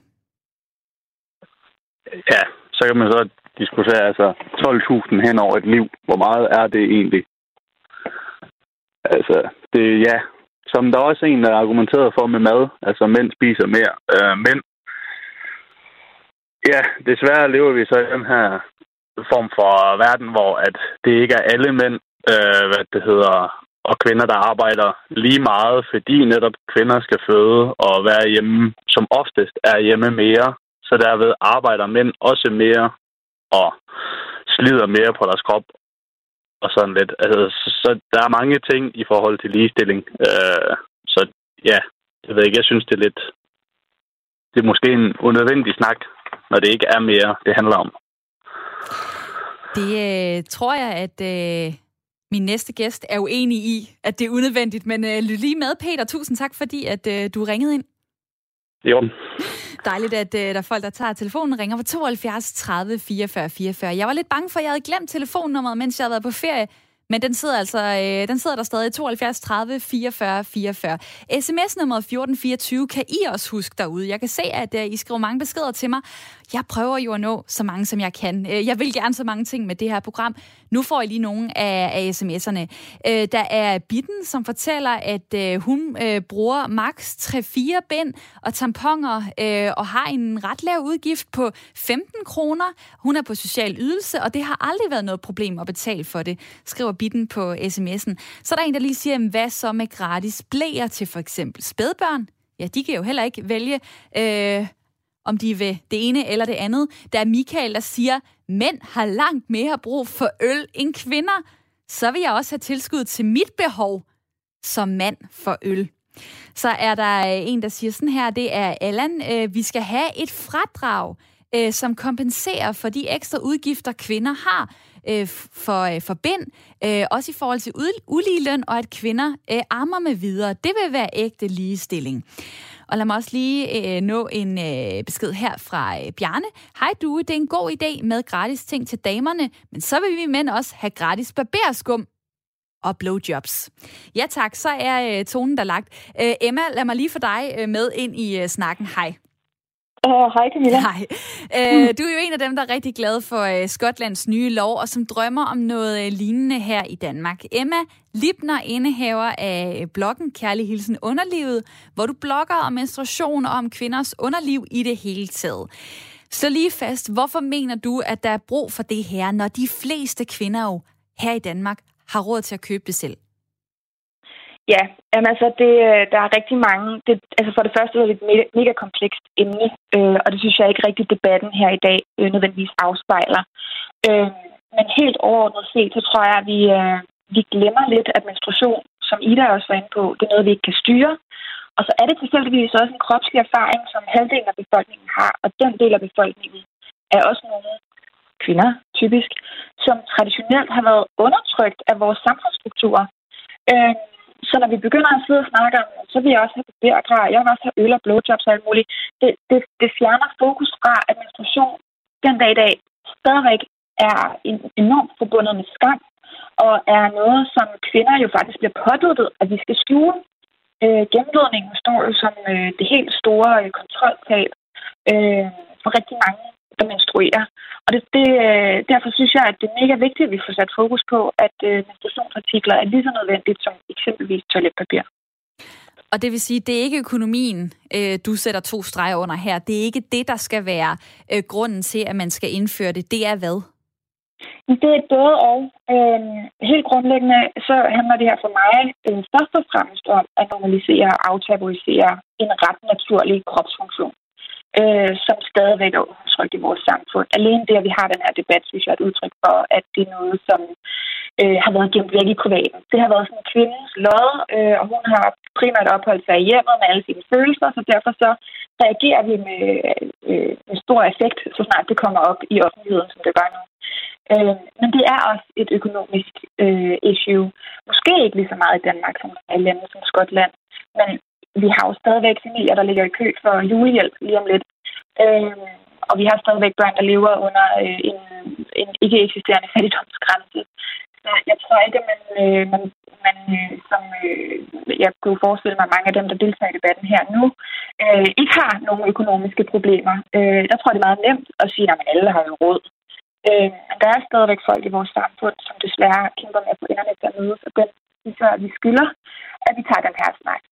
Ja, så kan man så diskutere, altså tolv tusind hen over et liv. Hvor meget er det egentlig? Altså, det ja. Som der også er en, der er argumenteret for med mad. Altså, mænd spiser mere. Øh, men ja, desværre lever vi så i den her form for verden, hvor at det ikke er alle mænd, øh, hvad det hedder, og kvinder, der arbejder lige meget, fordi netop kvinder skal føde og være hjemme, som oftest er hjemme mere. Så derved arbejder mænd også mere og slider mere på deres krop og sådan lidt. Altså, så, så der er mange ting i forhold til ligestilling. Øh, så ja, jeg ved ikke, jeg synes, det er lidt... Det er måske en unødvendig snak, når det ikke er mere, det handler om. Det øh, tror jeg, at øh, min næste gæst er uenig i, at det er unødvendigt. Men øh, lyt lige med, Peter. Tusind tak, fordi at, øh, du ringede ind. Jo. Dejligt, at uh, der er folk, der tager telefonen og ringer på tooghalvfjerds tredive fireogfyrre fireogfyrre. Jeg var lidt bange for, at jeg havde glemt telefonnummeret, mens jeg havde været på ferie. Men den sidder altså øh, den sidder der stadig tooghalvfjerds tredive fireogfyrre fireogfyrre. S M S-nummeret fjorten fireogtyve kan I også huske derude. Jeg kan se, at øh, I skriver mange beskeder til mig. Jeg prøver jo at nå så mange, som jeg kan. Jeg vil gerne så mange ting med det her program. Nu får I lige nogle af, af sms'erne. Øh, der er Bitten, som fortæller, at øh, hun øh, bruger maks tre fire bind og tamponer øh, og har en ret lav udgift på femten kroner. Hun er på social ydelse, og det har aldrig været noget problem at betale for det, skriver Bitten på sms'en. Så er der en, der lige siger, hvad så med gratis bleer til for eksempel spædbørn? Ja, de kan jo heller ikke vælge... Øh, om de vil det ene eller det andet. Der er Michael, der siger, mænd har langt mere brug for øl end kvinder. Så vil jeg også have tilskud til mit behov som mand for øl. Så er der en, der siger sådan her, det er Allan, øh, vi skal have et fradrag, øh, som kompenserer for de ekstra udgifter, kvinder har øh, for, øh, for bind, øh, også i forhold til uligeløn, og at kvinder øh, ammer med videre. Det vil være ægte ligestilling. Og lad mig også lige øh, nå en øh, besked her fra øh, Bjarne. Hej du, det er en god idé med gratis ting til damerne, men så vil vi mænd også have gratis barberskum og blowjobs. Ja tak, så er øh, tonen der lagt. Øh, Emma, lad mig lige få dig øh, med ind i øh, snakken. Hej. Uh, hej Camilla. Hej. Uh, du er jo en af dem, der er rigtig glad for uh, Skotlands nye lov, og som drømmer om noget uh, lignende her i Danmark. Emma Libner, indehaver af bloggen Kærlig Hilsen Underlivet, hvor du blogger om menstruation og om kvinders underliv i det hele taget. Så lige fast, hvorfor mener du, at der er brug for det her, når de fleste kvinder jo her i Danmark har råd til at købe det selv? Ja, jamen altså, det, der er rigtig mange... Det, altså for det første er det et mega, mega komplekst emne, øh, og det synes jeg ikke rigtig debatten her i dag øh, nødvendigvis afspejler. Øh, men helt overordnet set, så tror jeg, at vi, øh, vi glemmer lidt, at menstruation, som Ida også var inde på, det er noget, vi ikke kan styre. Og så er det tilfældigvis også en kropslig erfaring, som halvdelen af befolkningen har, og den del af befolkningen er også nogle kvinder, typisk, som traditionelt har været undertrykt af vores samfundsstrukturer. Øh, Så når vi begynder at sidde og snakke om, så vil jeg også have barbergrej, jeg vil også have øl og blowjobs og alt muligt. Det, det, det fjerner fokus fra, at menstruation den dag i dag stadigvæk er enormt forbundet med skam, og er noget, som kvinder jo faktisk bliver påduttet, at vi skal skjule. Øh, gennemblødningen står jo som øh, det helt store øh, kontroltab øh, for rigtig mange, der menstruerer. Og det, det, derfor synes jeg, at det er mega vigtigt, at vi får sat fokus på, at øh, menstruationsartikler er lige så nødvendigt som eksempelvis toiletpapir. Og det vil sige, det er ikke økonomien, øh, du sætter to streger under her. Det er ikke det, der skal være øh, grunden til, at man skal indføre det. Det er hvad? Det er både og. Øhm, helt grundlæggende, så handler det her for mig øh, først og fremmest om at normalisere og aftabuisere en ret naturlig kropsfunktion, øh, som stadigvæk er udtrykt i vores samfund. Alene det, at vi har den her debat, synes jeg er et udtryk for, at det er noget, som øh, har været gemt væk i privaten. Det har været sådan en kvindens lod, øh, og hun har primært opholdt sig i hjemmet med alle sine følelser, så derfor så reagerer vi med, øh, med stor effekt, så snart det kommer op i offentligheden, som det gør nu. Øh, men det er også et økonomisk øh, issue. Måske ikke lige så meget i Danmark som i lande som Skotland, men vi har jo stadigvæk familier, der ligger i kø for julehjælp lige om lidt. Øh, og vi har stadigvæk børn, der lever under øh, en, en ikke eksisterende fattigdomsgrænse. Så jeg tror ikke, at man, øh, man, man øh, som øh, jeg kunne forestille mig, mange af dem, der deltager i debatten her nu, øh, ikke har nogen økonomiske problemer. Øh, der tror jeg, det er meget nemt at sige, at alle har jo råd. Øh, men der er stadigvæk folk i vores samfund, som desværre kæmper med at få enderne til at mødes, og den synes jeg, at vi skylder, at vi tager den her snak.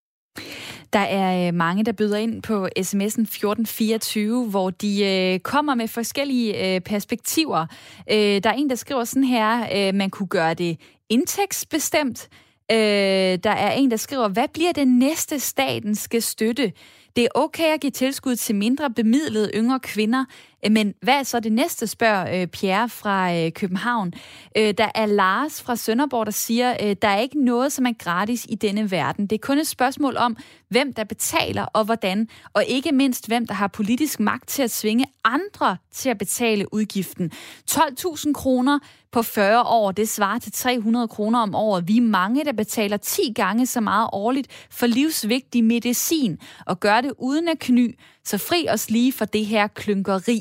Der er mange, der byder ind på sms'en fjorten fireogtyve, hvor de øh, kommer med forskellige øh, perspektiver. Øh, der er en, der skriver sådan her, øh, man kunne gøre det indtægtsbestemt. Øh, der er en, der skriver, hvad bliver det næste, staten skal støtte? Det er okay at give tilskud til mindre bemidlede yngre kvinder, men hvad er så det næste, spørger øh, Pierre fra øh, København. Øh, der er Lars fra Sønderborg, der siger, øh, der er ikke noget, som er gratis i denne verden. Det er kun et spørgsmål om, hvem der betaler og hvordan, og ikke mindst, hvem der har politisk magt til at tvinge andre til at betale udgiften. tolv tusind kroner på fyrre år, det svarer til tre hundrede kroner om året. Vi er mange, der betaler ti gange så meget årligt for livsvigtig medicin, og gør det uden at kny, så fri os lige for det her klynkeri.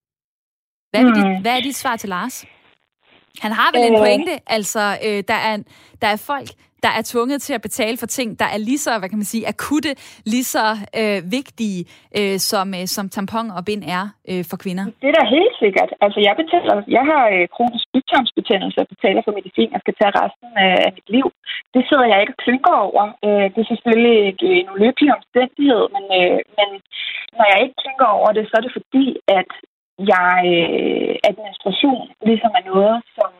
Hvad er, dit, hvad er dit svar til Lars? Han har vel en pointe, altså øh, der, er, der er folk, der er tvunget til at betale for ting, der er lige så, hvad kan man sige, akutte, lige så øh, vigtige, øh, som, øh, som tampon og bind er øh, for kvinder. Det er da helt sikkert. Altså jeg betaler, jeg har øh, kronisk bygtarmsbetændelse og betaler for medicin, jeg skal tage resten af, af mit liv. Det sidder jeg ikke og klynker over. Øh, det er selvfølgelig et, en ulykkelig omstændighed, men, øh, men når jeg ikke klynker over det, så er det fordi, at jeg, øh, at menstruation ligesom er noget, som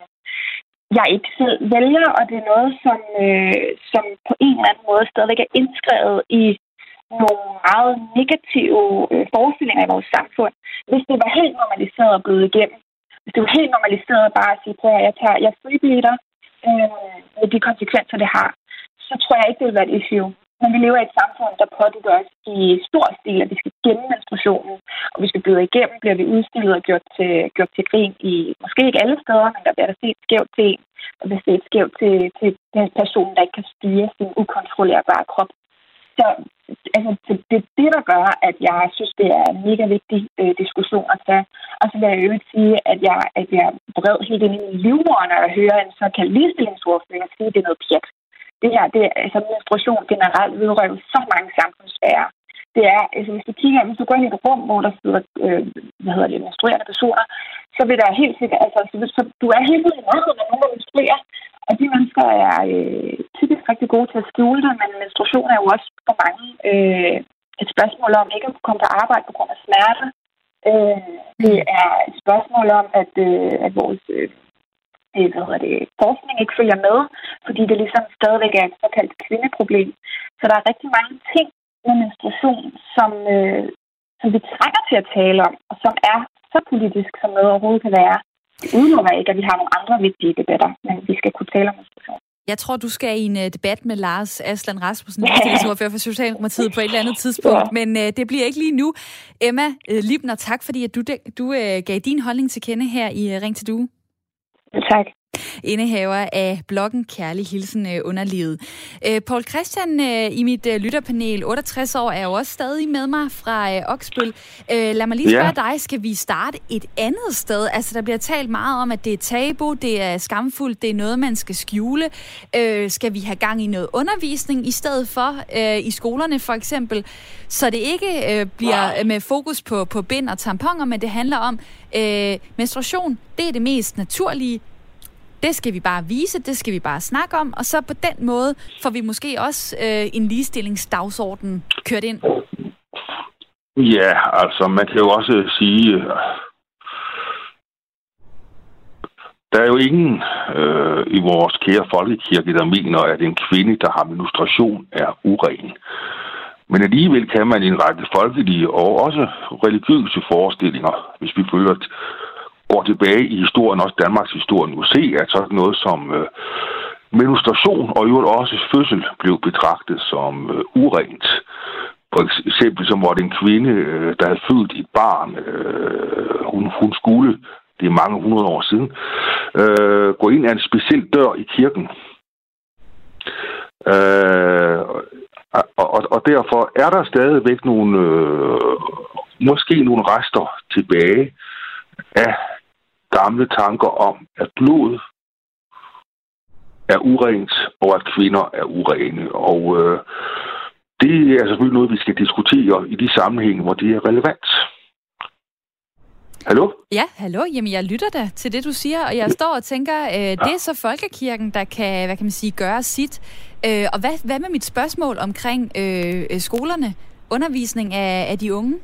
jeg ikke selv vælger, og det er noget, som, øh, som på en eller anden måde stadigvæk er indskrevet i nogle meget negative øh, forestillinger i vores samfund. Hvis det var helt normaliseret at bløde igennem, hvis det var helt normaliseret bare at sige, prøv at jeg tager, jeg freebleeder øh, med de konsekvenser, det har, så tror jeg ikke, det vil være et issue. Men vi lever i et samfund, der pådutter os i stor stil, at vi skal gemme menstruationen, og hvis vi bløder igennem, bliver vi udstillet og gjort til, gjort til grin i måske ikke alle steder, men der bliver der set skævt til en, og der bliver set skævt til, til den person, der ikke kan styre sin ukontrollerbare krop. Så altså, det er det, der gør, at jeg synes, det er en mega vigtig øh, diskussion at tage. Og så vil jeg jo ikke sige, at jeg, at jeg vred helt ind i min livmor, når jeg hører en såkaldt ligestillingsordfører sige, at det er noget pjat. Det her, det er, altså menstruation generelt vedrører så mange samfundssfærer. Det er, altså hvis du kigger, hvis du går ind i et rum, hvor der sidder, øh, hvad hedder det, menstruerende personer, så vil der helt sikkert, altså så, så du er helt vildt i nærheden af nogen, der menstruerer, og de mennesker er øh, typisk rigtig gode til at skjule det, men menstruation er jo også for mange øh, et spørgsmål om ikke at komme på arbejde på grund af smerte. Øh, det er et spørgsmål om, at, øh, at vores øh, hvad hedder det, forskning ikke følger med, fordi det ligesom stadigvæk er et såkaldt kvindeproblem. Så der er rigtig mange ting med menstruation, som, øh, som vi trænger til at tale om, og som er så politisk, som noget overhovedet kan være. Det udelukker ikke, at vi har nogle andre vigtige debatter, men vi skal kunne tale om menstruation. Jeg tror, du skal i en uh, debat med Lars Aslan Rasmussen, ligestillingsordfører for Socialdemokratiet på et eller andet tidspunkt, ja. Men uh, det bliver ikke lige nu. Emma uh, Libner, tak fordi at du, du uh, gav din holdning til kende her i uh, Ring til Due. Tak. Indehaver af bloggen Kærlig Hilsen Underlivet. Øh, Poul Christian øh, i mit øh, lytterpanel, otteogtres år, er jo også stadig med mig fra øh, Oksbøl. Øh, lad mig lige spørge ja. dig, skal vi starte et andet sted? Altså, der bliver talt meget om, at det er tabu, det er skamfuldt, det er noget, man skal skjule. Øh, skal vi have gang i noget undervisning i stedet for, øh, i skolerne for eksempel, så det ikke øh, bliver med fokus på, på bind og tamponer, men det handler om øh, menstruation, det er det mest naturlige. Det skal vi bare vise, det skal vi bare snakke om, og så på den måde får vi måske også øh, en ligestillingsdagsorden kørt ind. Ja, altså man kan jo også sige, der er jo ingen øh, i vores kære folkekirke, der mener, at en kvinde, der har menstruation, er uren. Men alligevel kan man i en række folkelige og også religiøse forestillinger, hvis vi følger går tilbage i historien, også Danmarks historie, nu se, at sådan noget som øh, menstruation og i øvrigt også fødsel blev betragtet som øh, urent. For eksempel som var det en kvinde, øh, der havde født et barn, øh, hun, hun skulle, det er mange hundrede år siden, øh, gå ind ad en speciel dør i kirken. Øh, og, og, og derfor er der stadigvæk nogle, øh, måske nogle rester tilbage af gamle tanker om, at blod er urent, og at kvinder er urene. Og øh, det er selvfølgelig noget, vi skal diskutere i de sammenhænge, hvor det er relevant. Hallo? Ja, hallo. Jamen, jeg lytter da til det, du siger, og jeg står og tænker, øh, ja. Det er så folkekirken, der kan, hvad kan man sige, gøre sit. Øh, og hvad, hvad med mit spørgsmål omkring øh, skolerne? Undervisning af, af de unge?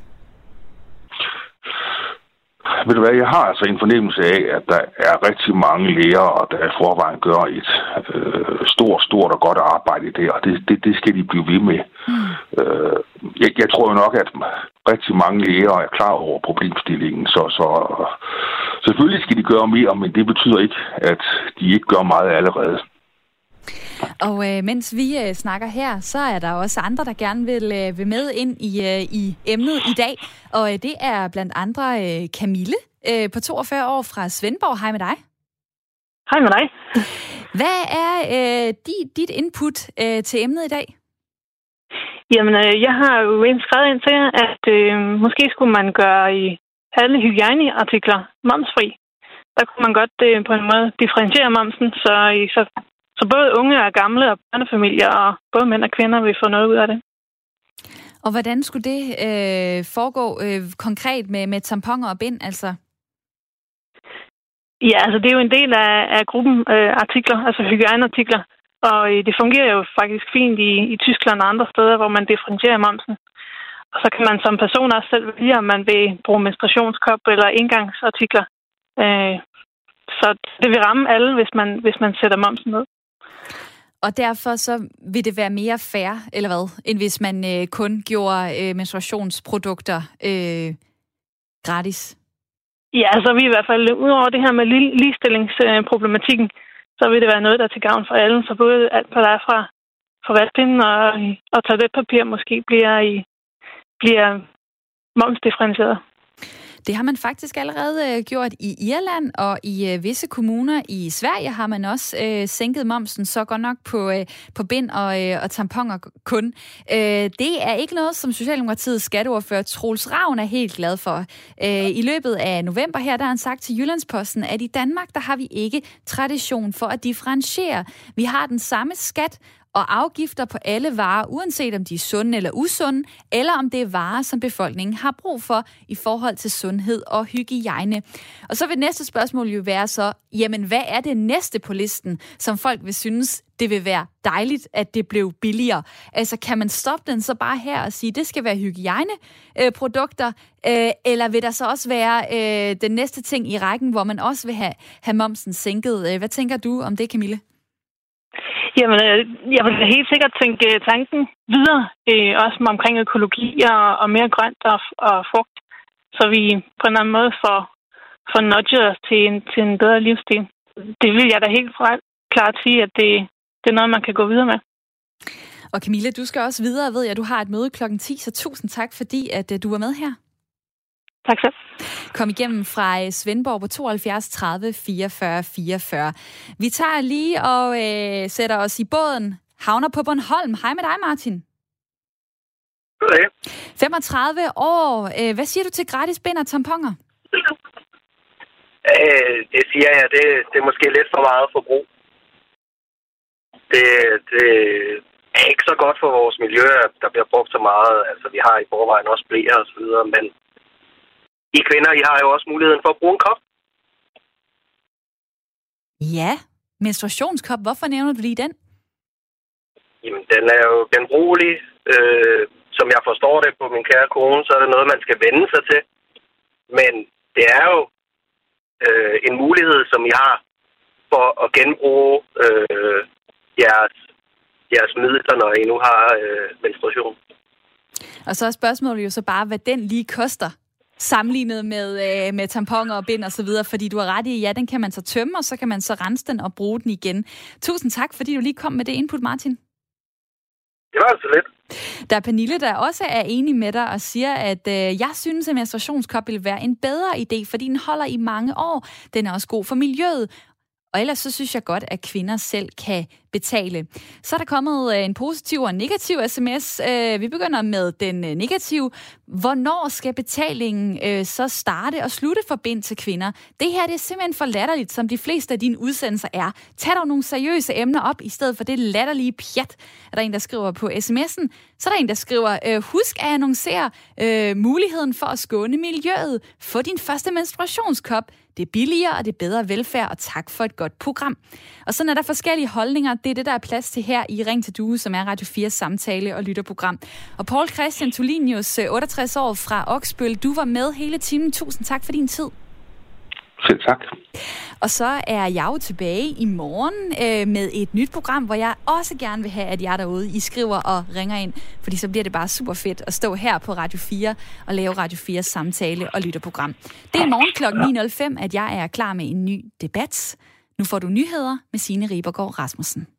Ved du hvad, jeg har altså en fornemmelse af, at der er rigtig mange lærere, der i forvejen gør et øh, stort, stort og godt arbejde der, og det, det, det skal de blive ved med. Mm. Øh, jeg, jeg tror jo nok, at rigtig mange lærere er klar over problemstillingen, så, så selvfølgelig skal de gøre mere, men det betyder ikke, at de ikke gør meget allerede. Og øh, mens vi øh, snakker her, så er der også andre, der gerne vil, øh, vil med ind i, øh, i emnet i dag. Og øh, det er blandt andre øh, Camille øh, på toogfyrre år fra Svendborg. Hej med dig. Hej med dig. Hvad er øh, dit, dit input øh, til emnet i dag? Jamen, øh, jeg har jo skrevet ind til, at øh, måske skulle man gøre i alle hygiejneartikler momsfri. Der kunne man godt øh, på en måde differentiere momsen, så i så Så både unge og gamle og børnefamilier og både mænd og kvinder vil få noget ud af det. Og hvordan skulle det øh, foregå øh, konkret med, med tamponer og bind, altså? Ja, altså det er jo en del af, af gruppen øh, artikler, altså hygiejneartikler. Og øh, det fungerer jo faktisk fint i, i Tyskland og andre steder, hvor man differentierer momsen. Og så kan man som person også selv vælge, om man vil bruge menstruationskop eller engangsartikler. Øh, så det vil ramme alle, hvis man, hvis man sætter momsen ned. Og derfor så vil det være mere fair, eller hvad, end hvis man øh, kun gjorde øh, menstruationsprodukter øh, gratis? Ja, altså vi i hvert fald, udover det her med ligestillingsproblematikken, så vil det være noget, der er til gavn for alle. Så både alt på der fra, fra vatpinden og, og toiletpapir måske bliver, i, bliver momsdifferentieret. Det har man faktisk allerede øh, gjort i Irland, og i øh, visse kommuner i Sverige har man også øh, sænket momsen, så godt nok på, øh, på bind og, øh, og tamponer kun. Øh, det er ikke noget, som Socialdemokratiets skatteordfører Troels Ravn er helt glad for. Øh, I løbet af november her, der har han sagt til Jyllandsposten, at i Danmark, der har vi ikke tradition for at differentiere. Vi har den samme skat og afgifter på alle varer, uanset om de er sunde eller usunde, eller om det er varer, som befolkningen har brug for i forhold til sundhed og hygiejne. Og så vil næste spørgsmål jo være så, jamen hvad er det næste på listen, som folk vil synes, det vil være dejligt, at det blev billigere? Altså kan man stoppe den så bare her og sige, det skal være hygiejneprodukter, øh, eller vil der så også være øh, den næste ting i rækken, hvor man også vil have, have momsen sænket? Hvad tænker du om det, Camille? Jamen, jeg vil helt sikkert tænke tanken videre, øh, også omkring økologi og, og mere grønt og, og frugt, så vi på en eller anden måde får, får nudget os til en, til en bedre livsstil. Det vil jeg da helt klart sige, at det, det er noget, man kan gå videre med. Og Camille, du skal også videre, ved jeg, at du har et møde klokken ti, så tusind tak, fordi at du var med her. Tak selv. Kom igennem fra Svendborg på tooghalvfjerds tredive fireogfyrre fireogfyrre. Vi tager lige og øh, sætter os i båden. Havner på Bornholm. Hej med dig, Martin. Goddag. femogtredive år. Øh, hvad siger du til gratis bind og tamponer? Øh, det siger jeg, det, det er måske lidt for meget forbrug. Det, det er ikke så godt for vores miljø, der bliver brugt så meget. Altså, vi har i forvejen også bleer og så videre, men I kvinder, I har jo også muligheden for at bruge en kop. Ja, menstruationskop. Hvorfor nævner du lige den? Jamen, den er jo genbrugelig. Øh, som jeg forstår det på min kære kone, så er det noget, man skal vende sig til. Men det er jo øh, en mulighed, som I har for at genbruge øh, jeres, jeres midler, når I nu har øh, menstruation. Og så er spørgsmålet jo så bare, hvad den lige koster, sammenlignet med, øh, med tamponer og bind og så videre, fordi du har ret i, ja, den kan man så tømme, og så kan man så rense den og bruge den igen. Tusind tak, fordi du lige kom med det input, Martin. Det var altså lidt. Der er Pernille, der også er enig med dig og siger, at øh, jeg synes, at menstruationskop vil være en bedre idé, fordi den holder i mange år. Den er også god for miljøet. Og ellers så synes jeg godt, at kvinder selv kan betale. Så er der kommet en positiv og en negativ sms. Vi begynder med den negative. Hvornår skal betalingen så starte og slutte for bind til kvinder? Det her det er simpelthen for latterligt, som de fleste af dine udsendelser er. Tag dog nogle seriøse emner op, i stedet for det latterlige pjat. Er der en, der skriver på sms'en? Så er der en, der skriver, husk at annoncere øh, muligheden for at skåne miljøet. Få din første menstruationskop. Det er billigere, og det er bedre velfærd, og tak for et godt program. Og sådan er der forskellige holdninger. Det er det, der er plads til her i Ring til Due, som er Radio fires samtale- og lytterprogram. Og Poul Christian Tolinius, otteogtres år fra Oksbøl, du var med hele timen. Tusind tak for din tid. Selv tak. Og så er jeg jo tilbage i morgen øh, med et nyt program, hvor jeg også gerne vil have, at jer derude, I skriver og ringer ind, fordi så bliver det bare super fedt at stå her på Radio fire og lave Radio fires samtale- og lytterprogram. Det er i morgen klokken ni nul fem, at jeg er klar med en ny debat. Nu får du nyheder med Signe Ribergaard Rasmussen.